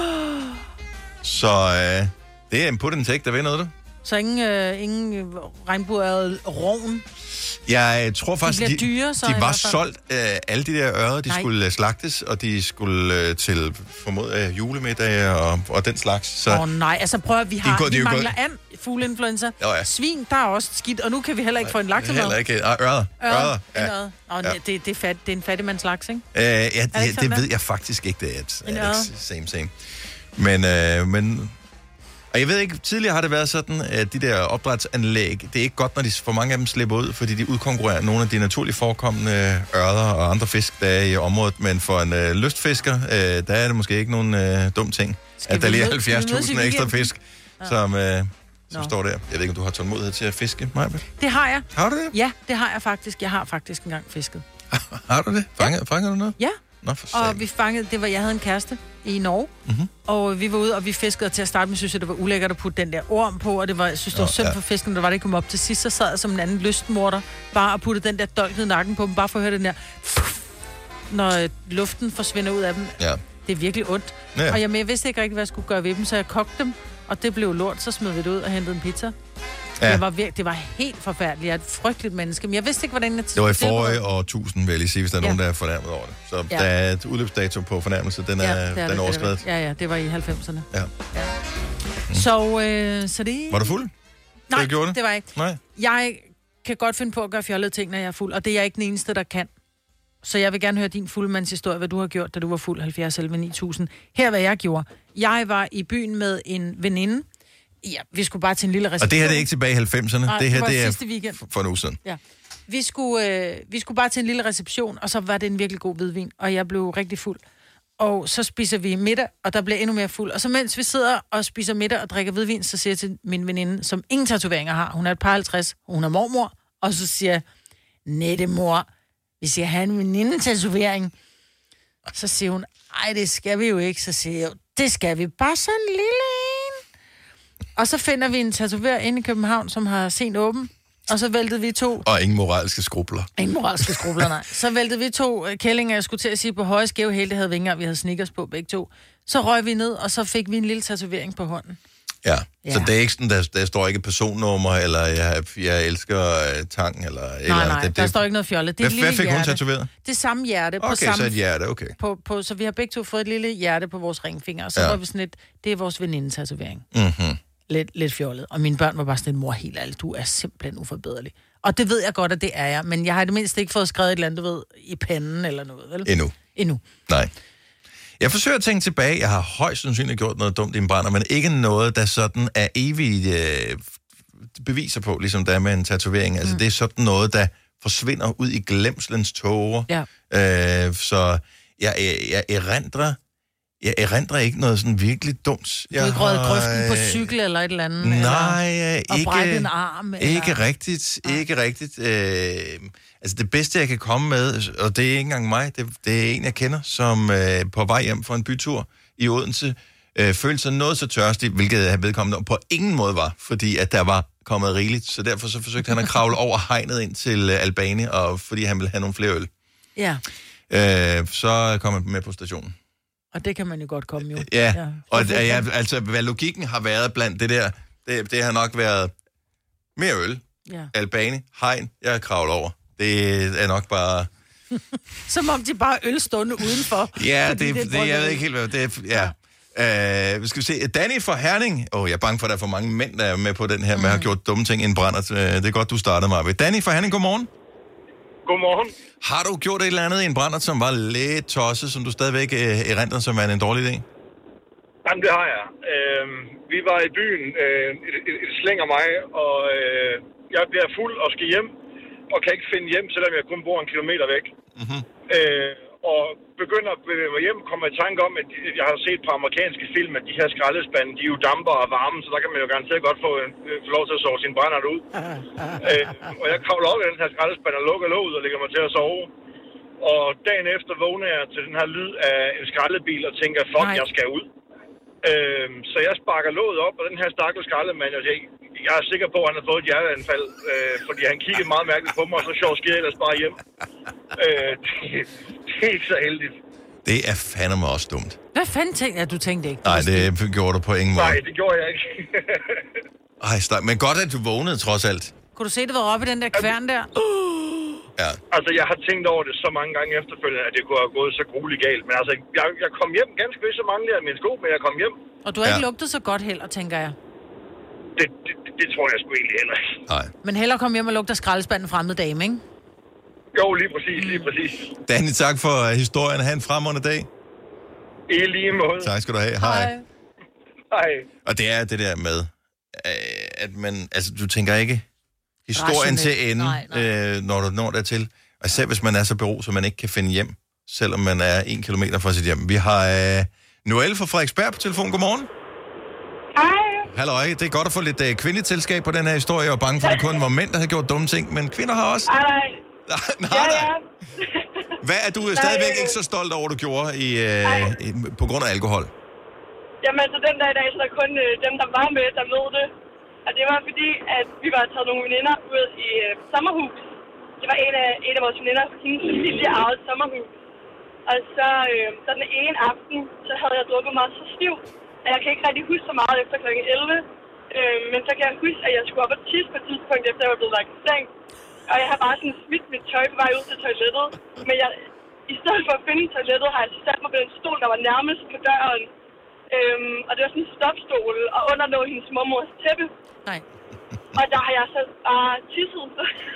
Så uh, det er en put and take, der ved noget, du. Så ingen, øh, ingen regnbueørred rovn? Jeg tror faktisk, de, dyre, de, de var solgt af øh, alle de der ørder. De Nej. skulle slagtes, og de skulle øh, til formodet øh, julemiddag og, og den slags. Åh oh, nej, altså prøv at vi har, går, vi mangler an, fugleinfluenza. Oh, ja. Svin, der er også skidt, og nu kan vi heller ikke få en laksemad. Heller ikke. Nej, ørder. Ørder. ørder. Ja. Ørder. Oh, ja. det, det, er fat, det er en fattigmandslaks, ikke? Øh, ja, det, det, det ved jeg faktisk ikke, det er. En ørder. Same, same. Men, øh, men Og jeg ved ikke, tidligere har det været sådan, at de der opdrætsanlæg, det er ikke godt, når de for mange af dem slipper ud, fordi de udkonkurrerer nogle af de naturligt forekommende ørder og andre fisk, der er i området. Men for en øh, lystfisker, øh, der er det måske ikke nogen øh, dum ting, skal at der lige er halvfjerds tusind ekstra fisk, ja. som, øh, som står der. Jeg ved ikke, om du har tålmodighed til at fiske, Maja? Det har jeg. Har du det? Ja, det har jeg faktisk. Jeg har faktisk engang fisket. Har du det? Fanger, ja. fanger du noget? Ja. Nå, for og vi fangede, det var, jeg havde en kæreste i Norge, mm-hmm. og vi var ude, og vi fiskede, og til at starte med, synes jeg, det var ulækkert at putte den der orm på, og det var, jeg synes, det var synd ja. for fisken, der var det ikke kom op til sidst, så sad jeg som en anden lystmorder, bare og puttede den der dolk ned i nakken på dem, bare for at høre den der, når luften forsvinder ud af dem. Ja. Det er virkelig ondt. Ja. Og jeg, jeg vidste ikke rigtig, hvad jeg skulle gøre ved dem, så jeg kogte dem, og det blev lort, så smed vi det ud og hentede en pizza. Ja. Det, var vir- det var helt forfærdeligt. Jeg er et frygteligt menneske, men jeg vidste ikke, hvordan jeg... Det var i forrige årtusind, vil jeg lige sige, hvis der er ja. nogen, der er fornærmet over det. Så ja. der er et udløbsdato på fornærmelse, den er, ja, er den overskredet. Ja, ja, det var i halvfemserne. Ja. ja. Mm. Så, øh, så det... Var du fuld? Nej, det, gjorde det? det var jeg ikke. Nej. Jeg kan godt finde på at gøre fjollede ting, når jeg er fuld, og det er jeg ikke den eneste, der kan. Så jeg vil gerne høre din fuldmandshistorie, hvad du har gjort, da du var fuld halvfjerds elleve ni tusind. Her hvad jeg gjorde. Jeg var i byen med en veninde. Ja, vi skulle bare til en lille reception. Og det her det er ikke tilbage i halvfemserne. Nej, det her det, det er sidste weekend. For en uge siden. Ja. Vi skulle, øh, vi skulle bare til en lille reception, og så var det en virkelig god hvidvin, og jeg blev rigtig fuld. Og så spiser vi middag, og der bliver endnu mere fuld. Og så mens vi sidder og spiser middag og drikker hvidvin, så siger jeg til min veninde, som ingen tatoveringer har, hun er et par halvtreds, hun er mormor, og så siger jeg, Nette mor, vi skal have en veninde-tatovering. Så siger hun, ej, det skal vi jo ikke. Så siger jeg, det skal vi, bare sådan en lille en. Og så finder vi en tatoverer inde i København, som har sent åben. Og så væltede vi to... Og ingen moralske skrubler. Ingen moralske skrubler, nej. Så væltede vi to kællinger, jeg skulle til at sige, på høje skæve hæle, det havde vi ikke engang, vi havde sneakers på begge to. Så røg vi ned, og så fik vi en lille tatovering på hånden. Ja, ja. Så det er ikke sådan, der, der står ikke personnummer, eller jeg, jeg elsker uh, tang, eller... Nej, eller, nej, det, der det, står ikke noget fjollet. Det er hvad, et lille hvad fik hjerte. hun tatoveret? Det samme hjerte. På okay, samme, så et hjerte, okay. På, på, så vi har begge to fået et lille hjerte på vores ringfinger, og så ja. var vi sådan lidt, det er vores veninde-tatovering. Mhm. Lidt, lidt fjollet. Og mine børn var bare sådan lidt, mor, helt ærligt, du er simpelthen uforbederlig. Og det ved jeg godt, at det er jeg, men jeg har i det mindste ikke fået skrevet et eller andet, du ved, i panden eller noget, vel? Endnu. Endnu. Nej. Jeg forsøger at tænke tilbage. Jeg har højst sandsynligt gjort noget dumt i en brænder, men ikke noget, der sådan er evigt øh, beviser på, ligesom der er med en tatovering. Altså, mm. det er sådan noget, der forsvinder ud i glemslens tåger. Ja. Øh, så jeg, jeg, jeg erindrer Jeg erindrer ikke noget sådan virkelig dumt. Du har ikke røget grøften på cykel eller et eller andet? Nej, eller, ikke, og brækket en arm? Eller? Ikke rigtigt, ikke rigtigt. Øh, altså det bedste, jeg kan komme med, og det er ikke engang mig, det, det er en, jeg kender, som øh, på vej hjem fra en bytur i Odense, øh, følte sig noget så tørstig, hvilket jeg vedkommende på ingen måde var, fordi at der var kommet rigeligt. Så derfor så forsøgte han at kravle over hegnet ind til øh, Albani, og fordi han ville have nogle flere øl. Ja. Øh, så kom han med på stationen. Og det kan man jo godt komme, jo. Ja, ja. Og ja, altså, hvad logikken har været blandt det der, det, det har nok været mere øl, ja. Albani, hegn, jeg kravler over. Det er nok bare... Som om de bare øl stående udenfor. Ja, det, det, det jeg ved ikke helt, hvad det er. Ja. Ja. Uh, skal vi se, Danny fra Herning. Åh, oh, jeg er bange for, at der er for mange mænd, der er med på den her, mm. med at have gjort dumme ting i en brænder. Det er godt, du startede, Marve. Danny fra Herning, godmorgen. Godmorgen. Har du gjort et eller andet i en brændert, som var lidt tosset, som du stadigvæk øh, erindrer, som er en dårlig idé? Jamen, det har jeg. Øh, vi var i byen, øh, et, et, et slæng af mig, og øh, jeg bliver fuld og skal hjem, og kan ikke finde hjem, selvom jeg kun bor en kilometer væk. Mm-hmm. Øh, og begynder at bevæge mig hjem, kommer i tanke om, at jeg har set på amerikanske film, at de her skraldespande, de er jo damper og varme, så der kan man jo garanteret godt få, øh, få lov til at sove sin brændert ud. øh, og jeg kravler op i den her skraldespand og lukker låget og lægger mig til at sove. Og dagen efter vågner jeg til den her lyd af en skraldebil og tænker, fuck, Nej. jeg skal ud. Øh, så jeg sparker låget op, og den her stakkels skraldemand, jeg, jeg er sikker på, at han har fået et hjerteanfald, øh, fordi han kiggede meget mærkeligt på mig, og så sjovt sker jeg ellers bare hjem. Øh, det, det er ikke så heldigt. Det er fandme også dumt. Hvad fanden tænkte jeg? Du tænkte ikke? Nej, det gjorde du på ingen måde. Nej, det gjorde jeg ikke. Ej, stak. Men godt, at du vågnede trods alt. Kunne du se, det var oppe i den der kværn der? Ja. Altså, jeg har tænkt over det så mange gange efterfølgende, at det kunne have gået så grueligt galt. Men altså, jeg, jeg kom hjem ganske vist, så manglede jeg mine sko, men jeg kom hjem. Og du har ikke ja. lugtet så godt heller, tænker jeg. Det, det, det, det tror jeg sgu egentlig heller ikke. Nej. Men hellere komme hjem og lugte skraldespanden fremmede dame, ikke? Jo, lige præcis, lige præcis. Danny, tak for historien. Ha' en fremragende dag. I lige måde. Tak skal du have. Hej. Nej. Og det er det der med, øh, at man, altså du tænker ikke historien til ende, nej, nej. Øh, når du når dertil. Og selv hvis man er så beruset, så man ikke kan finde hjem, selvom man er en kilometer fra sit hjem. Vi har øh, Noelle fra Frederiksberg på telefon. Godmorgen. Hej. Halløj, det er godt at få lidt øh, kvindeligt selskab på den her historie, og bange for, at det kun var mænd, der har gjort dumme ting, men kvinder har også. Nej, nej. nej, nej. Hvad er du nej, stadigvæk ikke så stolt over, du gjorde i, øh, i, på grund af alkohol? Jamen, så den dag i dag, så er der kun øh, dem, der var med, der ved det. Og det var fordi, at vi var taget nogle veninder ud i øh, sommerhus. Det var en af, en af vores veninder, hendes familie eget sommerhus. Og så, øh, så den ene aften, så havde jeg drukket mig så stiv, at jeg kan ikke rigtig huske så meget efter klokken elleve. Øh, men så kan jeg huske, at jeg skulle op og tisse på et tidspunkt, efter jeg var blevet lagt i seng. Og jeg har bare sådan smidt mit tøj på vej ud til toilettet. Men jeg, i stedet for at finde toilettet, har jeg sat mig på den stol, der var nærmest på døren. Øhm, og det var sådan en stopstol, og under lå hendes mormors tæppe. Nej. Og der har jeg så bare tisset.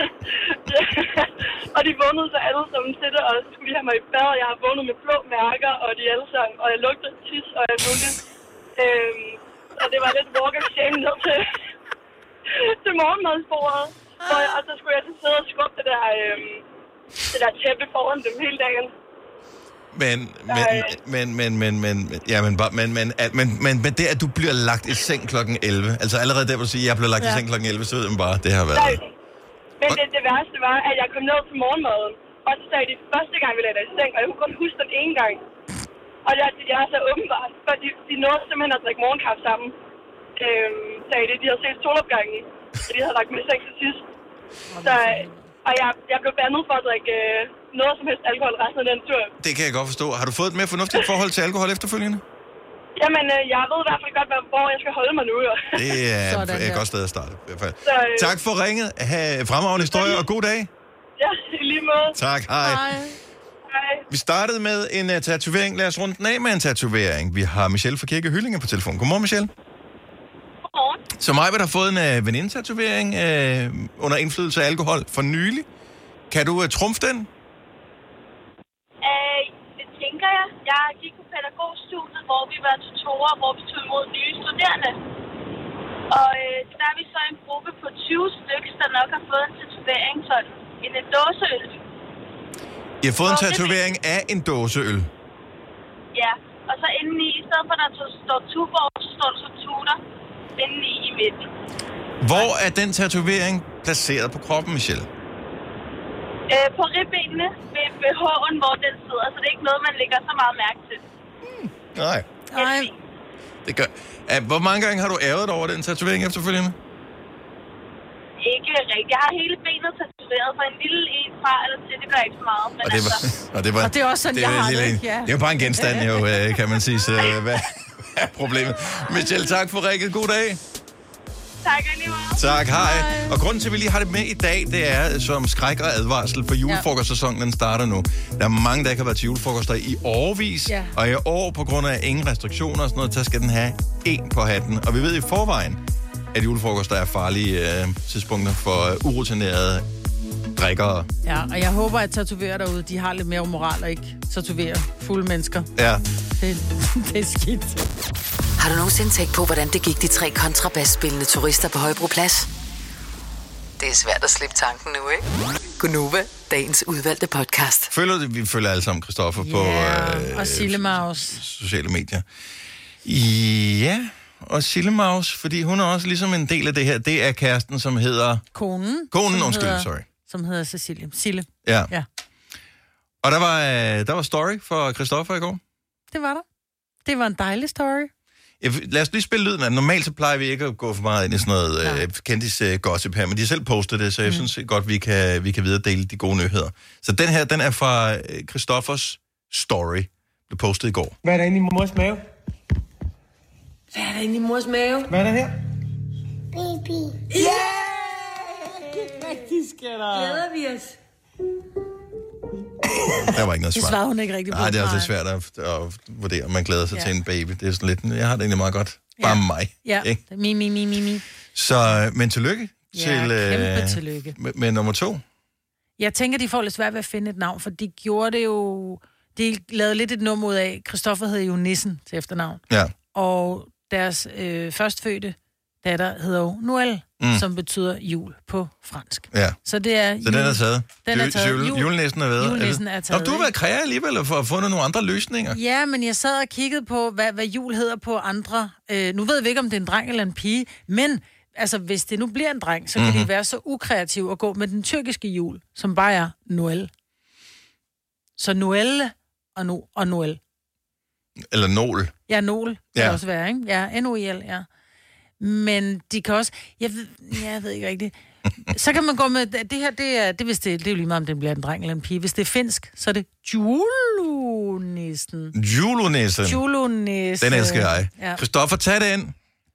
Og de vågnede så alle sammen til det, og så skulle de have mig i bad. Jeg har vågnet med blå mærker, og de alle sammen, og jeg lugtede tis, og jeg lugtede. Øhm, og det var lidt walk of shame ned til, til morgenmadsbordet. Og, og så skulle jeg så sidde og skubbe det der, øhm, det der tæppe foran dem hele dagen. Men, men, men, men, men, men, ja, men, men, men, men, men, men det, at du bliver lagt i seng klokken elleve, altså allerede der, hvor du siger, at jeg blev lagt ja. i seng klokken elleve, så ved man bare, det har været. Nej. Men det, det værste var, at jeg kom ned til morgenmaden, og så sagde de første gang, vi lagde dig i seng, og jeg kunne kun huske den ene gang. Og jeg, jeg er så åbenbart, for de, de nåede simpelthen at drikke morgenkaffe sammen, øhm, sagde de. De havde set solopgangen, og de havde lagt mig i seng til sidst. Så, og jeg, jeg blev bandet for at drikke øh, noget som helst alkohol resten af den tur. Det kan jeg godt forstå. Har du fået et mere fornuftigt forhold til alkohol efterfølgende? Jamen, øh, jeg ved i hvert fald godt, hvor jeg skal holde mig nu. Jo. Det er Sådan, et godt sted at starte. I hvert fald. Så, øh, tak for ringet. Ha' fremragende historie, og god dag. Ja, i lige måde. Tak, hej. Hej. Hej. Vi startede med en uh, tatovering. Lad os runde den af med en tatovering. Vi har Michelle fra Kirke Hyllinge på telefon. Godmorgen, Michelle. Godmorgen. Så mig har fået en uh, venindetatovering uh, under indflydelse af alkohol for nylig. Kan du uh, trumfe den? Uh, det tænker jeg. Jeg gik på pædagogstudiet, hvor vi var tutorer, hvor vi tog imod nye studerende. Og uh, der er vi så en gruppe på tyve stykker, der nok har fået en tatovering, sådan en, en dåseøl. I har fået en tatovering af en dåseøl? Ja, og så indeni, i stedet for at der står Tuborg, så står der så Tudor indeni i midten. Hvor er den tatovering placeret på kroppen, Michelle? Øh, på ribbenene ved, ved håren, hvor den sidder, så det er ikke noget, man lægger så meget mærke til. Hmm. Nej. Nej. Det gør... Hvor mange gange har du ærget over den tatovering efterfølgende? Ikke rigtigt. Jeg har hele benet tatoveret, for en lille en fra eller til, det gør ikke så meget. Men og, det var, altså... og, det var, og det er også sådan, det jeg har lille, det. Ja. Det er jo bare en genstand, jo, kan man sige. Så hvad er problemet? Michelle, tak for rækket. God dag. Tak, lige meget. Tak, hej. hej. Og grunden til, at vi lige har det med i dag, det er som skræk og advarsel, for julefrokostsæsonen, den starter nu. Der er mange, der ikke har været til julefrokoster i årevis, ja. Og i år, på grund af ingen restriktioner og sådan noget, så skal den have en på hatten. Og vi ved i forvejen, at julefrokoster er farlige øh, tidspunkter for øh, urutinerede drikkere. Ja, og jeg håber, at tatoverer derude, de har lidt mere moral og ikke tatoverer fulde mennesker. Ja. Det, det er skidt. Har du nogensinde tænkt på, hvordan det gik de tre kontrabasspillende turister på Højbroplads? Det er svært at slippe tanken nu, ikke? Gunova, dagens udvalgte podcast. Føler du, vi følger alle sammen Christoffer yeah, på øh, og Sillemaus. Sociale medier. Ja, og Sillemaus, fordi hun er også ligesom en del af det her. Det er kæresten, som hedder... Konen. Konen, undskyld, hedder, sorry. Som hedder Cecilie. Sille. Ja. ja. Og der var, der var story for Christoffer i går. Det var der. Det var en dejlig story. Jeg, lad os lige spille lyden. Normalt så plejer vi ikke at gå for meget ind i sådan noget ja. øh, kendis uh, gossip her, men de har selv postet det, så jeg mm. synes godt, vi kan, vi kan videre dele de gode nyheder. Så den her, den er fra uh, Christoffers story, blev postet i går. Hvad er der inde i mors mave? Hvad er der inde i mors mave? Hvad er der her? Baby. Yeah! Rigtig skætter. Glæder vi os. Der var ikke noget svar. Det svarede hun ikke rigtig på. Nej, det er også lidt svært at, at vurdere, om man glæder sig ja. til en baby. Det er sådan lidt, jeg har det egentlig meget godt. Bare ja. mig. Ja, ikke? mi, mi, mi, mi, mi. Så, men tillykke ja, til... kæmpe øh, tillykke. Med, med nummer to. Jeg tænker, de får lidt svært ved at finde et navn, for de gjorde det jo... De lavede lidt et nummer ud af... Christoffer hed jo Nissen til efternavn. Ja. Og deres øh, førstfødte datter hedder jo Noël, mm. som betyder jul på fransk. Ja. Så det er jul. Så den er taget. Den er taget. Jul, Jul, julenæsten er ved. Julenæsten er taget. Nå, du har været kreativ alligevel for at få nogle andre løsninger. Ja, men jeg sad og kiggede på, hvad, hvad jul hedder på andre. Øh, nu ved vi ikke, om det er en dreng eller en pige, men altså, hvis det nu bliver en dreng, så kan mm-hmm. de være så ukreative at gå med den tyrkiske jul, som bare er Noël. Så Noël og, no, og Noël. Eller Nol. Ja, Nol kan ja. det også være, ikke? Ja, N O I L, ja. Men de kan også... Jeg ved, jeg ved ikke rigtigt. Så kan man gå med... Det her, det er, det, hvis det, det er jo lige meget, om det bliver en dreng eller en pige. Hvis det er finsk, så er det julunissen. Julunissen. Julunissen. Den elsker jeg. Ja. Christoffer, tag det ind.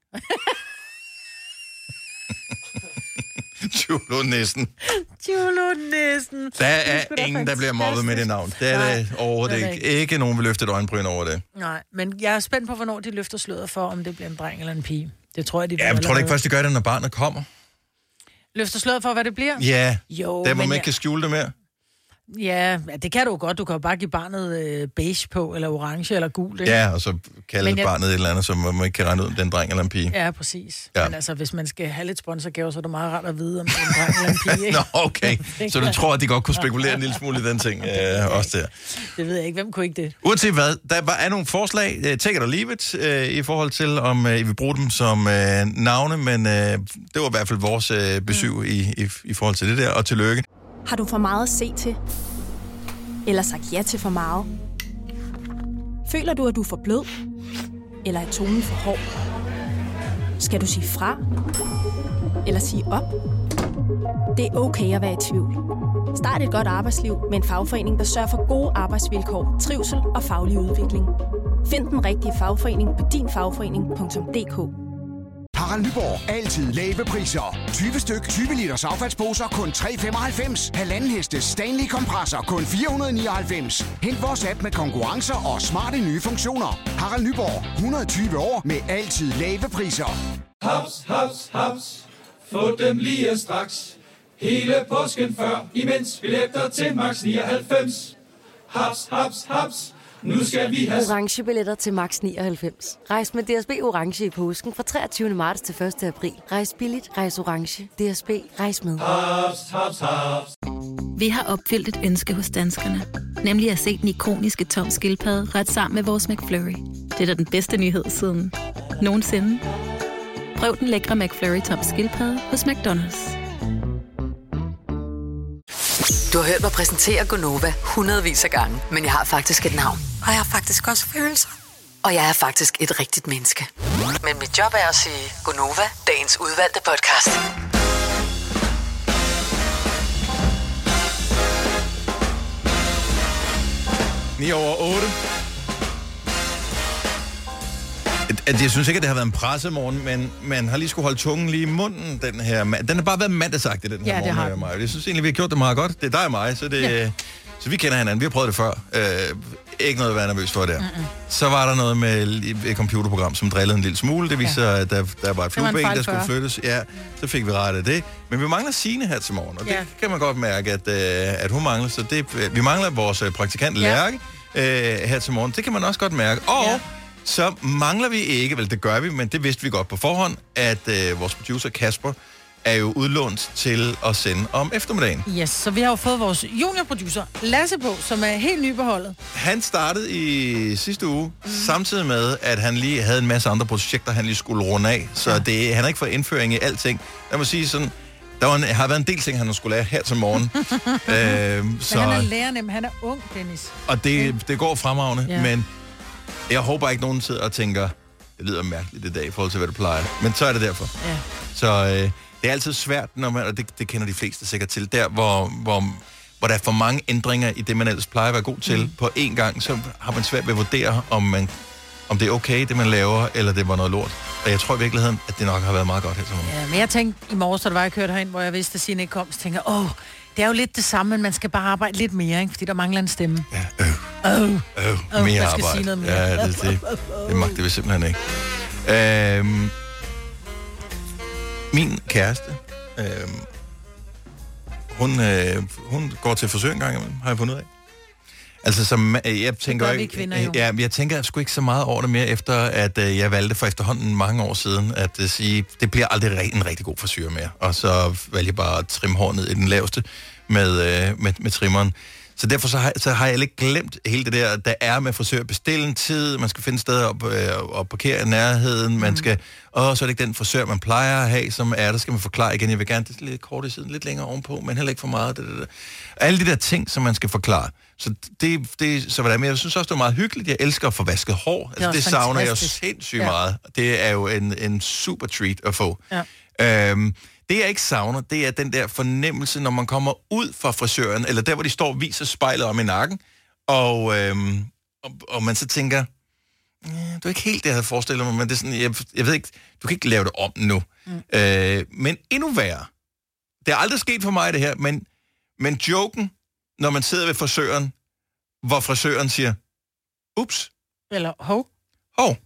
Julunissen. Julunissen. Der er ingen, der bliver mobbet med det navn. Det er Nej, det overhovedet det er ikke. Ikke nogen vil løfte et øjenbryn over det. Nej, men jeg er spændt på, hvornår de løfter sløret for, om det bliver en dreng eller en pige. Det tror jeg, de vil. Ja, jeg tror du ikke først, de gør det, når barnet kommer? Løfter sløret for, hvad det bliver? Ja, jo, der må man jeg... ikke kan skjule det mere. Ja, det kan du jo godt. Du kan jo bare give barnet øh, beige på, eller orange, eller gul. Ikke? Ja, og så kalde jeg... barnet et eller andet, som man ikke kan regne ud, om det er en dreng eller en pige. Ja, præcis. Ja. Men altså, hvis man skal have lidt sponsorgave, så er det meget rart at vide, om det er en dreng eller en pige. Ikke? Nå, okay. Så du tror, at de godt kunne spekulere en lille smule i den ting øh, også der? Det ved jeg ikke. Hvem kunne ikke det? Uanset hvad, der er nogle forslag, uh, take it or leave it, uh, i forhold til, om uh, I vil bruge dem som uh, navne, men uh, det var i hvert fald vores uh, besøg mm. i, i, i forhold til det der, og tillykke. Har du for meget at se til? Eller sagt ja til for meget? Føler du, at du er for blød? Eller er tonen for hård? Skal du sige fra? Eller sige op? Det er okay at være i tvivl. Start et godt arbejdsliv med en fagforening, der sørger for gode arbejdsvilkår, trivsel og faglig udvikling. Find den rigtige fagforening på din fagforening punktum d k. Harald Nyborg. Altid lave priser. tyve styk, tyve liters affaldsposer kun tre komma femoghalvfems. Halvanden heste Stanley kompresser kun fire hundrede nioghalvfems. Hent vores app med konkurrencer og smarte nye funktioner. Harald Nyborg. hundrede og tyve år med altid lave priser. Haps, haps, haps. Få dem lige straks. Hele påsken før, imens billetter til max nioghalvfems. Haps, haps, haps. Nu skal vi have orange billetter til max nioghalvfems. Rejs med D S B orange i påsken fra treogtyvende marts til første april. Rejs billigt, rejs orange. D S B, rejs med. Haps, haps, haps. Vi har opfyldt et ønske hos danskerne, nemlig at se den ikoniske Tom Skildpadde ret sammen med vores McFlurry. Det er da den bedste nyhed siden nogensinde. Prøv den lækre McFlurry Tom Skildpadde hos McDonald's. Du har hørt mig præsentere Gonova hundredvis af gange, men jeg har faktisk et navn. Og jeg har faktisk også følelser. Og jeg er faktisk et rigtigt menneske. Men mit job er at sige Gonova, dagens udvalgte podcast. ni over otte. Jeg synes ikke, at det har været en pressemorgen, men man har lige skulle holde tungen lige i munden, den her. Den har bare været mandagsagtig, den her ja, morgen. Det har jeg synes egentlig, vi har gjort det meget godt. Det er dig og mig, så, det, ja. så vi kender hinanden. Vi har prøvet det før. Øh, ikke noget at være nervøs for der. Mm-mm. Så var der noget med et computerprogram, som drillede en lille smule. Det viser, ja. at der, der var et flueben, der skulle flyttes. Ja, så fik vi rettet det. Men vi mangler Signe her til morgen, og ja. det kan man godt mærke, at, at hun mangler. Så det, vi mangler vores praktikant Lærke ja. øh, her til morgen. Det kan man også godt mærke. Og ja. så mangler vi ikke, vel det gør vi, men det vidste vi godt på forhånd, at øh, vores producer Kasper er jo udlånt til at sende om eftermiddagen. Yes, så vi har jo fået vores juniorproducer Lasse på, som er helt ny på holdet. Han startede i sidste uge, mm. samtidig med, at han lige havde en masse andre projekter, han lige skulle runde af. Så ja. det, han har ikke fået indføring i alting. Jeg må sige sådan, der var en, har været en del ting, han skulle lære her til morgen. øh, så, men han er lærernem, han er ung, Dennis. Og det, det går fremragende, ja. men jeg håber ikke, nogen sidder og tænker, det lyder mærkeligt i dag i forhold til, hvad det plejer. Men så er det derfor. Ja. Så øh, det er altid svært, når man, og det, det kender de fleste sikkert til, der hvor, hvor, hvor der er for mange ændringer i det, man ellers plejer at være god til mm. på én gang, så har man svært ved at vurdere, om, man, om det er okay, det man laver, eller det var noget lort. Og jeg tror i virkeligheden, at det nok har været meget godt her til morgen. Ja, men jeg tænkte i morges, da det var, jeg kørte herind, hvor jeg vidste, at Signe ikke kom, så tænkte jeg, åh, det er jo lidt det samme, men man skal bare arbejde lidt mere, ikke? Fordi der mangler en stemme. Ja, øh. Øh. Øh, øh mere arbejde. Mere. Ja, det, det, det magter vi simpelthen ikke. Øhm, min kæreste, øhm, hun, øh, hun går til frisør en gang imellem, har jeg fundet ud af. Altså, som jeg tænker... Det gør vi kvinder jo. Ja, jeg tænker sgu ikke så meget over det mere, efter at uh, jeg valgte for efterhånden mange år siden, at uh, sige, det bliver aldrig en rigtig god frisyr mere. Og så valgte jeg bare at trimme hår ned i den laveste med, uh, med, med trimmeren. Så derfor så har, så har jeg ikke glemt hele det der, der er med frisør. Bestille en tid, man skal finde steder op, øh, og parkere i nærheden, man skal... Og så er det ikke den frisør, man plejer at have, som er der, skal man forklare igen. Jeg vil gerne det lidt kort i siden, lidt længere ovenpå, men heller ikke for meget. Det, det, det. Alle de der ting, som man skal forklare. Så det, det så hvordan, men jeg synes også, det er meget hyggeligt. Jeg elsker at få vasket hår. Altså, det, det savner jeg jo sindssygt ja. meget. Det er jo en, en super treat at få. Ja. Øhm, Det, jeg ikke savner, det er den der fornemmelse, når man kommer ud fra frisøren, eller der, hvor de står og viser spejlet om i nakken, og, øhm, og, og man så tænker, det er ikke helt det, jeg havde forestillet mig, men det er sådan, jeg, jeg ved ikke, du kan ikke lave det om nu. Mm. Øh, men endnu værre, det er aldrig sket for mig det her, men, men joken, når man sidder ved frisøren, hvor frisøren siger, ups. Eller hov. Hov.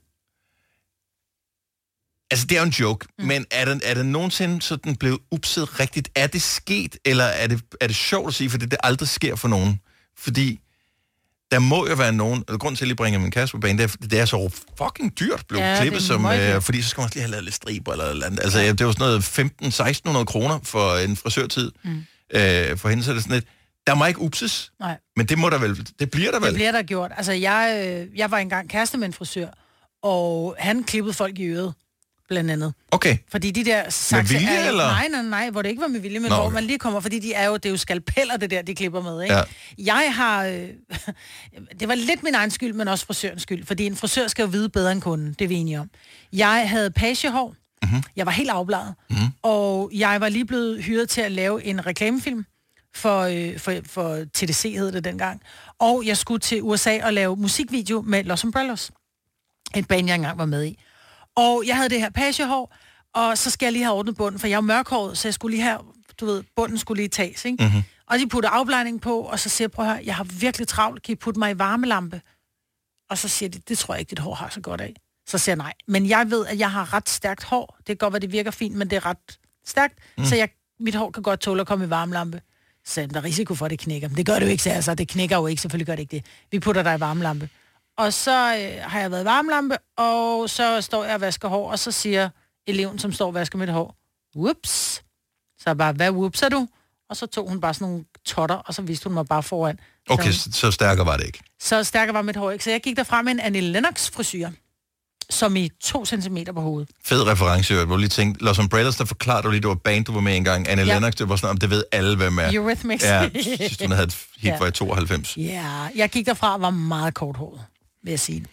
Altså, det er jo en joke, mm. men er det, er det nogensinde sådan blevet upset rigtigt? Er det sket, eller er det, er det sjovt at sige, fordi det aldrig sker for nogen? Fordi der må jo være nogen, og grund til, at jeg lige bringer min kæreste på banen, det er, det er så fucking dyrt blevet ja, klippet, som, øh, fordi så skal man også lige have lavet lidt striber eller eller andet. Altså, ja. det var sådan noget femten til seksten hundrede kroner for en frisørtid. Mm. Øh, for hende så er det sådan lidt, der må ikke upses. Nej. Men det må der vel, det bliver der vel? Det bliver der gjort. Altså, jeg, øh, jeg var engang kæreste med en frisør, og han klippede folk i øret. Blandt andet. Okay. Fordi de der sakse med vilje, er jo, eller? Nej, nej, nej, hvor det ikke var med vilje, men Nå, hvor okay. man lige kommer, fordi de er jo, det er jo skalpeller, det der, de klipper med, ikke? Ja. Jeg har, øh, det var lidt min egen skyld, men også frisørens skyld, fordi en frisør skal jo vide bedre end kunden, det er vi enige om. Jeg havde pagehår, mm-hmm. jeg var helt afbladet, mm-hmm. og jeg var lige blevet hyret til at lave en reklamefilm, for, øh, for, for T D C hed det dengang, og jeg skulle til U S A og lave musikvideo med Los Umbrellas, et band, jeg engang var med i. Og jeg havde det her pagehår, og så skal jeg lige have ordnet bunden, for jeg er mørkhåret, så jeg skulle lige have, du ved, bunden skulle lige tages, ikke? Mm-hmm. Og de putter afblejning på, og så siger jeg, prøv at høre, jeg har virkelig travlt, kan I putte mig i varmelampe? Og så siger de, det tror jeg ikke, dit hår har så godt af. Så siger jeg nej. Men jeg ved, at jeg har ret stærkt hår. Det kan godt være, det virker fint, men det er ret stærkt, mm. så jeg, mit hår kan godt tåle at komme i varmelampe. Så der er risiko for, at det knækker. Men det gør det jo ikke, så altså, det knækker jo ikke, selvfølgelig gør det ikke det. Vi putter dig i varmelampe. Og så øh, har jeg været i varmelampe, og så står jeg og vasker hår, og så siger eleven, som står og vasker mit hår, whoops. Så jeg bare, hvad whoops er du? Og så tog hun bare sådan nogle totter, og så viste hun mig bare foran. Okay, så, så stærkere var det ikke. Så stærkere var mit hår ikke. Så jeg gik derfra med en Annie Lennox frisyr, som i to centimeter på hovedet. Fed reference, hvor du lige tænkte, Los Umbrellas, der forklarede du lige, du var band, du var med engang. Annie ja. Lennox, det var sådan, om det ved alle, hvem er. Eurythmics. Ja, sidst hun havde et hit, ja. Var i tooghalvfems. Ja, jeg gik derfra og var meget korthåret, vil jeg sige.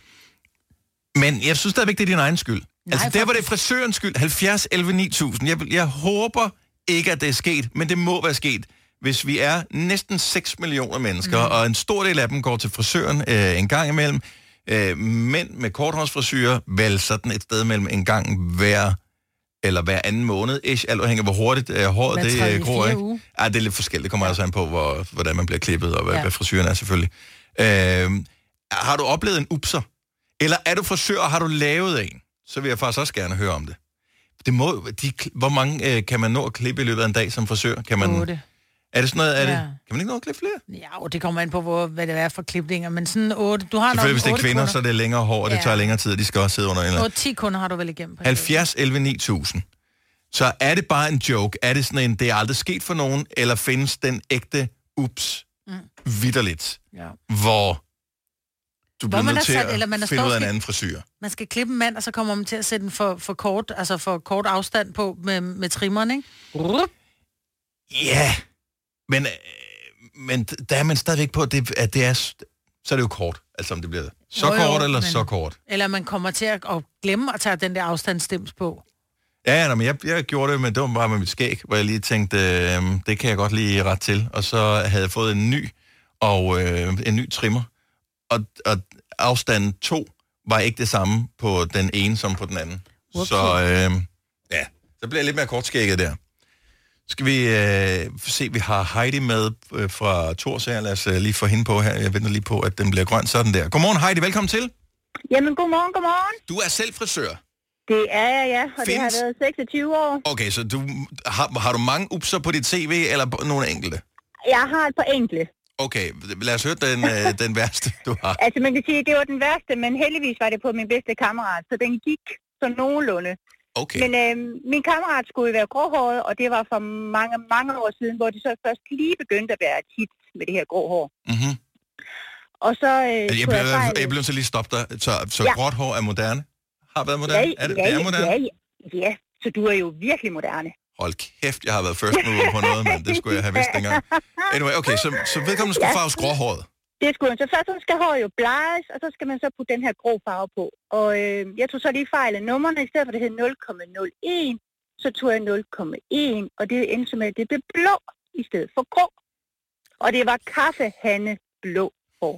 Men jeg synes stadigvæk, det er din egen skyld. Nej, altså, der var det frisørens skyld. halvfjerds elleve ni tusind. Jeg, jeg håber ikke, at det er sket, men det må være sket. Hvis vi er næsten seks millioner mennesker, mm. og en stor del af dem går til frisøren øh, en gang imellem, øh, mænd med korthårsfrisyrer, vel sådan et sted mellem en gang hver, eller hver anden måned, ish, alt afhængig af, hvor hurtigt øh, håret det øh, gror, ikke? Ja, det er lidt forskelligt. Det kommer ja. altså an på, hvor, hvordan man bliver klippet, og hvad, ja. hvad frisyren er selvfølgelig. Øh, har du oplevet en upser? Eller er du frisør, og har du lavet en? Så vil jeg faktisk også gerne høre om det. Det må, de, hvor mange øh, kan man nå at klippe i løbet af en dag som frisør? Kan man, otte. Er det sådan noget, er ja. det, kan man ikke nå at klippe flere? Ja, og det kommer an på, hvor, hvad det er for klipninger, men sådan otte. Du har selvfølgelig, hvis det er kvinder, kunder. Så er det længere hår, og det ja. tager længere tid, og de skal også sidde under en eller anden. otte ti kunder har du vel igennem. halvfjerds elleve ni tusind. Så er det bare en joke? Er det sådan en, det er aldrig sket for nogen, eller findes den ægte ups mm. vitterligt, ja. hvor du bliver nødt til sat, at man finde ud af en anden frisyr? Man skal klippe en mand, og så kommer man til at sætte den for, for kort, altså for kort afstand på med, med trimmeren, ikke? Ja, yeah. men, men der er man stadigvæk på, at det, at det er, så er det jo kort, altså om det bliver så jo, jo, kort eller men, så kort. Eller man kommer til at, at glemme at tage den der afstandsstems på. Ja, ja, men jeg, jeg gjorde det, men det var bare med mit skæg, hvor jeg lige tænkte, øh, det kan jeg godt lige ret til. Og så havde jeg fået en ny, og øh, en ny trimmer. Og, og afstanden to var ikke det samme på den ene som på den anden. Okay. Så øh, ja, så bliver jeg lidt mere kortskægget der. Skal vi øh, se, vi har Heidi med øh, fra Thors her. Lad os øh, lige få hende på her. Jeg venter lige på, at den bliver grøn. Sådan der. Godmorgen Heidi, velkommen til. Jamen, godmorgen, godmorgen. Du er selv frisør. Det er jeg, ja, og Findes... det har været seksogtyve år. Okay, så du, har, har du mange upser på dit C V, eller nogle enkelte? Jeg har et par enkelte. Okay, lad os høre den, øh, den værste, du har. Altså, man kan sige, at det var den værste, men heldigvis var det på min bedste kammerat, så den gik så nogenlunde. Okay. Men øh, min kammerat skulle være gråhåret, og det var for mange, mange år siden, hvor de så først lige begyndte at være et hit med det her grå hår. Mhm. Og så... Øh, jeg, jeg, bliver, jeg, jeg bliver så lige stoppe dig. Så, så ja. gråt hår er moderne? Har været moderne? Ja, er det, ja, det er moderne? Ja, ja, ja, så du er jo virkelig moderne. Hold kæft, jeg har været first mover på noget, mand. Det skulle jeg have vidst dengang. Anyway, okay, så, så vedkommende skulle ja. farve skråhåret. Det skulle han. Så først så skal håret jo bleges, og så skal man så putte den her grå farve på. Og øh, jeg tog så lige fejl af nummerne. I stedet for det hed nul komma nul en, så tog jeg nul komma en, og det endte som, at det blev blå i stedet for grå. Og det var kaffehande blå hår.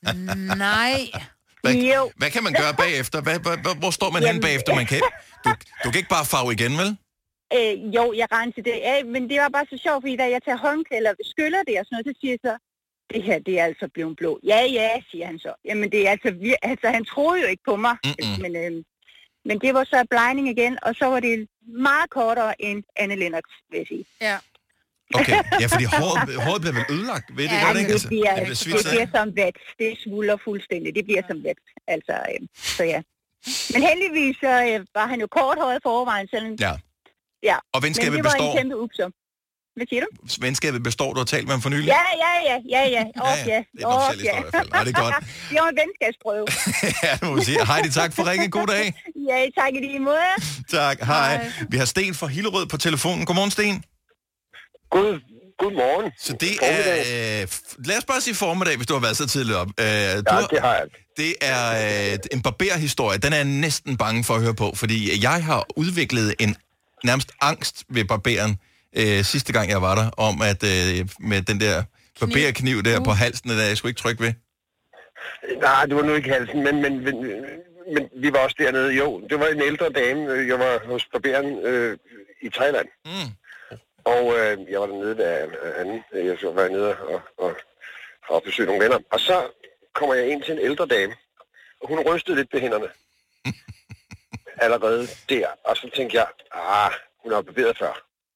Nej. Hvad, hvad kan man gøre bagefter? Hvad, hvad, hvor står man henne bagefter? Man kan, du, du kan ikke bare farve igen, vel? Øh, jo, jeg renser det af, men det var bare så sjovt, fordi da jeg tager håndklæder eller skyller det og sådan noget, så siger jeg så, det her, det er altså blevet blå. Ja, ja, siger han så. Jamen, det er altså, vir- altså han troede jo ikke på mig, Mm-mm. men, øh, men det var så blegning igen, og så var det meget kortere end Anne Lennox, vil jeg sige. Ja. Okay, ja, fordi håret, håret bliver vel ødelagt ved det, ja, gør det ikke? Det bliver, det bliver, det bliver som vat. Det svuller fuldstændig. Det bliver som vat. Altså, øh, så ja. Men heldigvis så øh, var han jo korthåret for overvejen, selvom... Ja. Ja, og venskabet men det var består... en kæmpe upser. Hvad siger du? Venskabet består, du har talt med ham for nylig? Ja, ja, ja, ja, ja. Oh, ja, ja. Det er en officiel historie i hvert fald. Og det er godt. Det var en venskabsprøve. Ja, det må vi sige. Heidi, tak for ringen. God dag. Ja, tak i lige måde. Tak, hej. hej. Vi har Sten fra Hillerød på telefonen. Godmorgen, Sten. God, godmorgen. Så det er... Øh, lad os bare sige formiddag, hvis du har været så tidligt op. Øh, ja, du har, det har jeg. Det er øh, en barberhistorie. Den er jeg næsten bange for at høre på, fordi jeg har udviklet en nærmest angst ved barberen øh, sidste gang, jeg var der, om at øh, med den der barberkniv der uh. på halsen, der jeg skulle ikke trykke ved. Nej, det var nu ikke halsen, men, men, men, men vi var også dernede. Jo, det var en ældre dame. Jeg var hos barberen øh, i Thailand. Mm. Og øh, jeg var dernede hver anden. Jeg så var nede og, og, og besøgte nogle venner. Og så kommer jeg ind til en ældre dame, og hun rystede lidt ved hænderne. Allerede der. Og så tænkte jeg, ah, hun har barberet før.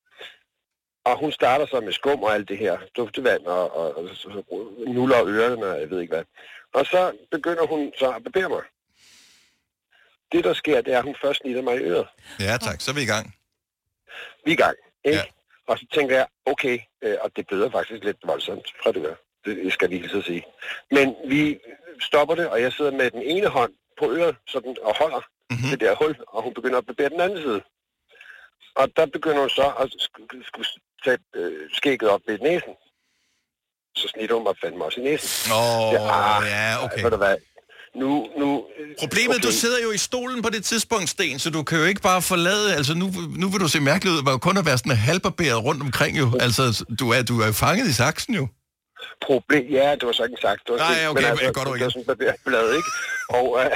Og hun starter så med skum og alt det her, duftevand og, og, og, og nuller og ørerne, og jeg ved ikke hvad. Og så begynder hun så at barbere mig. Det, der sker, det er, at hun først snitter mig i øret. Ja, tak. Så er vi i gang. Vi er i gang, ikke? Ja. Og så tænker jeg, okay, øh, og det bløder faktisk lidt voldsomt fra det øre. Det skal jeg lige så sige. Men vi stopper det, og jeg sidder med den ene hånd på øret sådan, og holder mm-hmm. det der hul, og hun begynder at barbere den anden side. Og der begynder hun så at sk- sk- tage øh, skægget op ved næsen. Så snitter hun mig fandme også i næsen. Åh, oh, ah, ja, okay. Ved du hvad? Nu, nu, Problemet, okay. Du sidder jo i stolen på det tidspunkt, Sten, så du kan jo ikke bare forlade, altså nu, nu vil du se mærkeligt ud, at kun at være sådan halvbarberet rundt omkring jo. Altså, du er, du er fanget i saksen jo. Problem, ja, det var så ikke en saks. Det var Nej, sådan, okay, men altså, godt du ikke. Det var sådan et blad, ikke? Og, øh,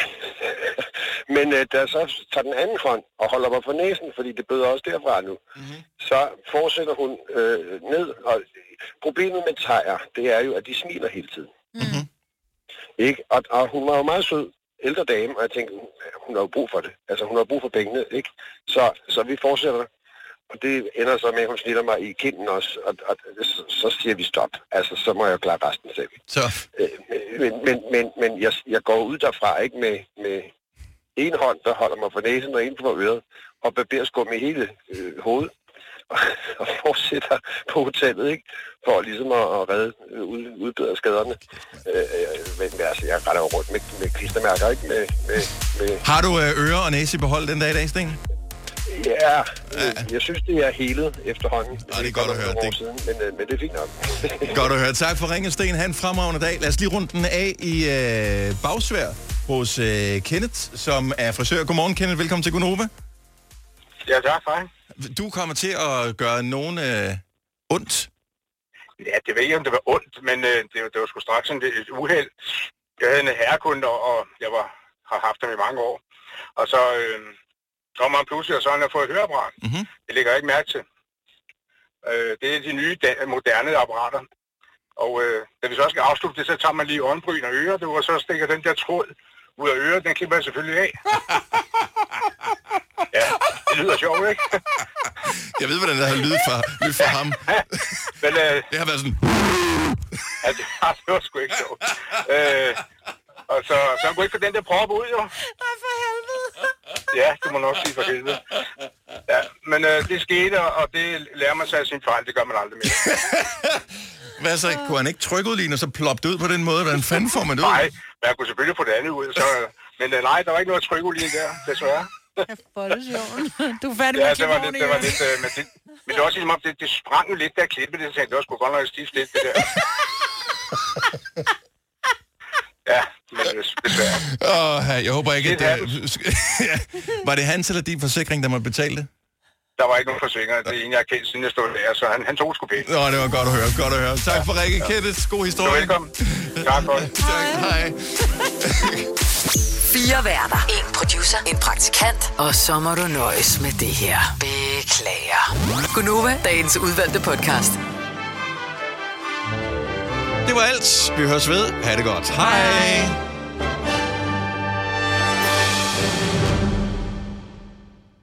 men øh, da jeg så tager den anden hånd og holder mig for næsen, fordi det bløder også derfra nu, mm-hmm. så fortsætter hun øh, ned. Og problemet med thajer, det er jo, at de smiler hele tiden. Mm-hmm. Ikke? Og, og hun var jo meget sød, ældre dame, og jeg tænkte, hun har jo brug for det. Altså, hun har brug for pengene, ikke? Så, så vi fortsætter. Og det ender så med, at hun snitter mig i kinden også, og, og så, så siger vi stop. Altså, så må jeg jo klare resten selv. Så. Øh, men men, men, men jeg, jeg går ud derfra, ikke med, med en hånd, der holder mig for næsen, og en for øret, og barberskum i hele øh, hovedet, og, og fortsætter på hotellet, ikke? For ligesom at, at redde, øh, ud, udbedre skaderne. Øh, men altså, jeg retter jo rundt med, med klistermærker, ikke? Med, med, med... Har du øh, ører og næse i behold den dag i dag, Sten? Ja, øh, jeg synes, det er helet efterhånden. Ja, det er godt at høre. Det... Siden, men, øh, men det er fint nok. Godt at høre. Tak for ringen, Sten. Ha' en fremragende dag. Lad os lige runde den af i øh, Bagsvær hos øh, Kenneth, som er frisør. Godmorgen, Kenneth. Velkommen til Gonova. Ja, tak. Hej. Du kommer til at gøre nogen øh, ondt. Ja, det ved jeg ikke, om det var ondt, men øh, det, det var sgu straks sådan et uheld. Jeg havde en herrekunde, og jeg var, har haft ham i mange år. Og så øh, kommer han pludselig, og så har han fået et høreapparat. Mm-hmm. Det lægger jeg ikke mærke til. Øh, det er de nye, da- moderne apparater. Og øh, da vi så skal afslutte det, så tager man lige øjenbryn og ører, og så stikker den der tråd ud af øret, den klipper jeg selvfølgelig af. Ja, det lyder sjovt, ikke? Jeg ved, hvordan det har lydet fra, lydet fra ham. Men, øh, det har været sådan... Altså, det var sgu ikke sjovt. Øh, og så, så han kunne ikke få den der prop ud, jo. Nej, for helvede. Ja, det må nok sige for helvede. Ja, men øh, det skete, og det lærer man sig af sin fejl. Det gør man aldrig mere. Hvad så? Kunne han ikke trykke udligner, så ploppe det ud på den måde? Hvordan fanden får man det ud? Nej, men jeg kunne selvfølgelig få det andet ud. Så, men øh, nej, der var ikke noget trykudligning der, desværre. Du er færdig ja, med det var lidt, det var lidt, øh, men, det, men det var også ligesom om, det, det sprang jo lidt, der klippede det, så det var sgu godt nok stift lidt, det der. Ja, men desværre. Åh, jeg håber ikke, at det... Var det hans eller din forsikring, der måtte betale det? Der var ikke nogen forsikring. Det er en, jeg har kendt, siden jeg stod der, så han, han tog sgu pænt. Nå, det var godt at høre, godt at høre. Tak for Rikke Kenneth. God historie. Du er velkommen. Tak for det. Hej. Fire værter. En producer. En praktikant. Og så må du nøjes med det her. Beklager. Gunova, dagens udvalgte podcast. Det var alt. Vi høres ved. Ha' det godt. Hej.